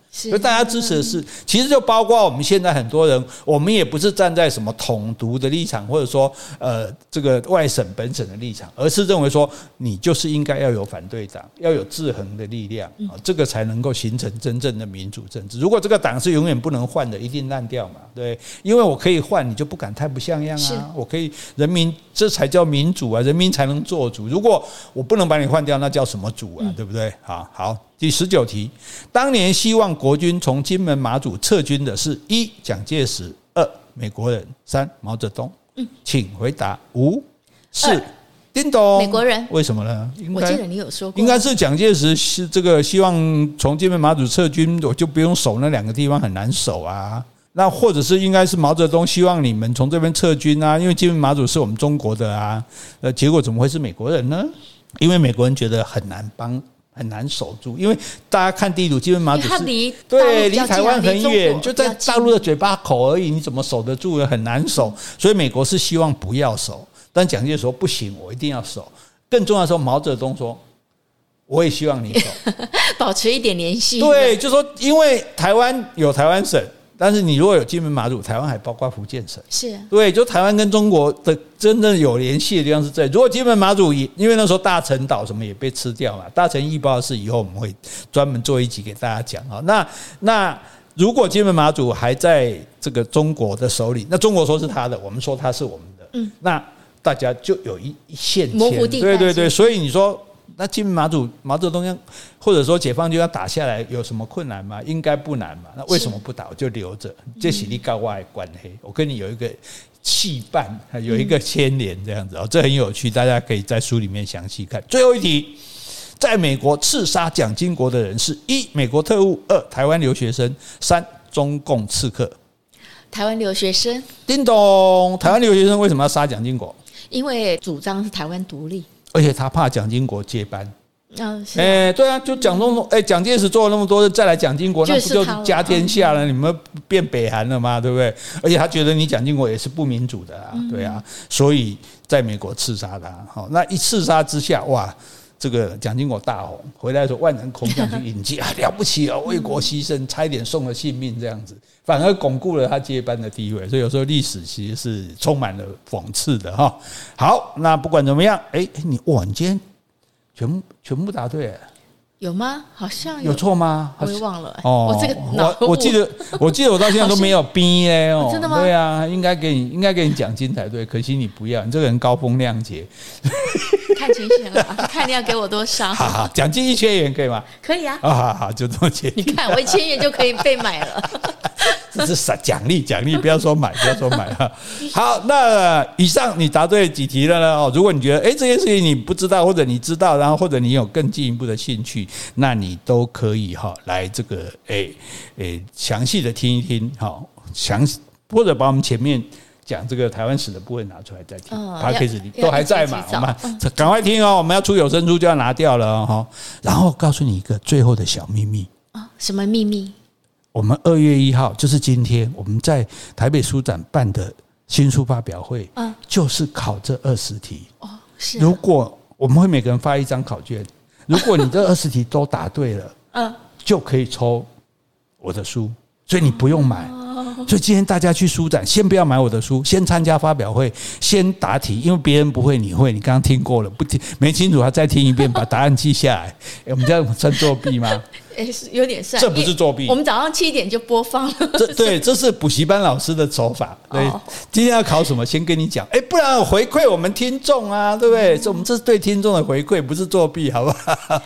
所以大家支持的是，其实就包括我们现在很多人，我们也不是站在什么统独的立场，或者说呃这个外省本省的立场，而是认为说你就是应该要有反对党，要有制衡的力量，这个才能够形成真正的民主政治。如果这个党是永远不能换的，一定烂掉嘛，对，因为我可以换，你就不敢太不像样啊。我可以，人民这才叫民主啊，人民才能做主。如果我不能把你换掉，那叫什么主啊？对不对？好，好。第十九题，当年希望国军从金门马祖撤军的是一蒋介石，二美国人，三毛泽东。嗯，请回答。五、四，叮咚， 美国人。 为什么呢？ 我记得你有说过， 应该是蒋介石是这个希望从金门马祖撤军，我就不用守那两个地方很难守啊。那或者是应该是毛泽东希望你们从这边撤军啊，因为金门马祖是我们中国的啊。呃，结果怎么会是美国人呢？因为美国人觉得很难帮。很难守住，因为大家看地图，金门马祖是离对离台湾很远，就在大陆的嘴巴口而已，你怎么守得住？很难守，所以美国是希望不要守，但蒋介石说不行，我一定要守。更重要的时候，毛泽东说，我也希望你守， 保持一点联系。 对，就说因为台湾有台湾省。但是你如果有金门马祖，台湾还包括福建省， 是对，就台湾跟中国的真正有联系的地方是这里。如果金门马祖也，因为那时候大陈岛什么也被吃掉嘛，大陈易爆的事以后我们会专门做一集给大家讲啊。那那如果金门马祖还在这个中国的手里，那中国说是他的，我们说他是我们的，嗯，那大家就有一一线模糊地带， 对对对，所以你说。那金门马祖毛泽东或者说解放军要打下来有什么困难吗？应该不难嘛。那为什么不打？我就留着，这是你跟我的关系，我跟你有一个羁绊，有一个牵连，这样子哦，这很有趣，大家可以在书里面详细看。最后一题，在美国刺杀蒋经国的人是一美国特务，二台湾留学生，三中共刺客。 台湾留学生， 叮咚，台湾留学生为什么要杀蒋经国？ 因为主张是台湾独立。 而且他怕蒋经国接班， 嗯， 哎、欸，对啊，就蒋中，哎、欸，蒋介石做了那么多，再来蒋经国，那不就家天下了？你们变北韩了吗？对不对？而且他觉得你蒋经国也是不民主的啊，对啊，所以在美国刺杀他。好，那一刺杀之下，哇，这个蒋经国大红，回来的时候万人空巷去迎接啊，了不起啊，为国牺牲，差一点送了性命，这样子，反而巩固了他接班的地位。所以有时候历史其实是充满了讽刺的哈。好，那不管怎么样，哎、欸，你哇，你今天全部全部答对， 有吗？好像有， 有错吗？ 我也忘了、欸。 哦， 我这个脑我我记得，我记得我到现在都没有逼嘞哦。 真的吗？ 对啊，应该给你，应该给你奖金才对，可惜你不要，你这个人高风亮节。 看情形了，看你要给我多少。 好好，奖金一千元可以吗？ 可以啊。 啊，好好，就这么简单。 你看，我一千元就可以被买了。 这是啥奖励？奖励不要说买，不要说买哈。好，那以上你答对几题了呢？哦，如果你觉得哎、欸、这件事情你不知道，或者你知道，然后或者你有更进一步的兴趣，那你都可以哈来这个哎哎详细的听一听哈，详或者把我们前面讲这个台湾史的部分拿出来再听 ，Podcast 里都还在嘛，我们赶快听哦，我们要出有声书就要拿掉了哈。然后告诉你一个最后的小秘密啊，什么秘密？ 我们二月一号就是今天，我们在台北书展办的新书发表会，嗯，就是考这二十题哦。是、啊，如果我们会每个人发一张考卷，如果你这二十题都答对了，嗯，就可以抽我的书，所以你不用买。所以今天大家去书展，先不要买我的书，先参加发表会，先答题，因为别人不会，你会。你刚刚听过了，不听没清楚，他再听一遍，把答案记下来。欸、我们这样算作弊吗？ 欸、有点算， 这不是作弊。 我们早上七点就播放了。 这对，这是补习班老师的手法。对，哦、今天要考什么，先跟你讲。哎、欸，不然回馈我们听众啊，对不对？这、嗯、我们这是对听众的回馈，不是作弊，好不好？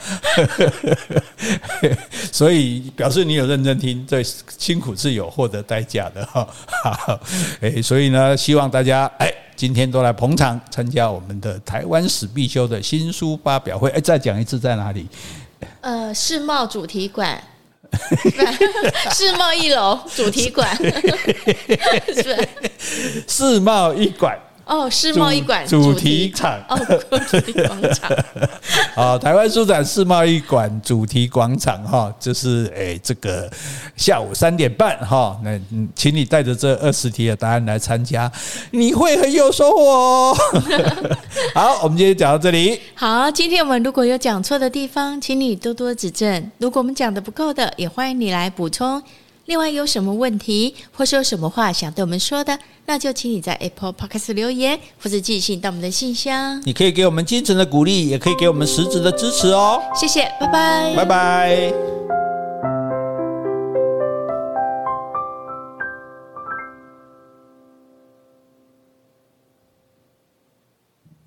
所以表示你有认真听，对，辛苦是有获得代价的哈。好，哎，所以呢，希望大家哎。今天都来捧场，参加我们的台湾史必修的新书发表会。哎，再讲一次在哪里？ 呃，世贸主题馆，世贸一楼主题馆，是世贸一馆哦，世贸一馆主题场哦，主题广场。 好，台湾书展世贸一馆主题广场哈，就是诶这个下午三点半哈，那请你带着这二十题的答案来参加，你会很有收获哦。好，我们今天讲到这里。 好，今天我们如果有讲错的地方，请你多多指正。如果我们讲的不够的，也欢迎你来补充。另外有什么问题，或是有什么话想对我们说的，那就请你在 Apple Podcast 留言，或是寄信到我们的信箱。 你可以给我们精神的鼓励，也可以给我们实质的支持哦。 谢谢，拜拜， 拜拜。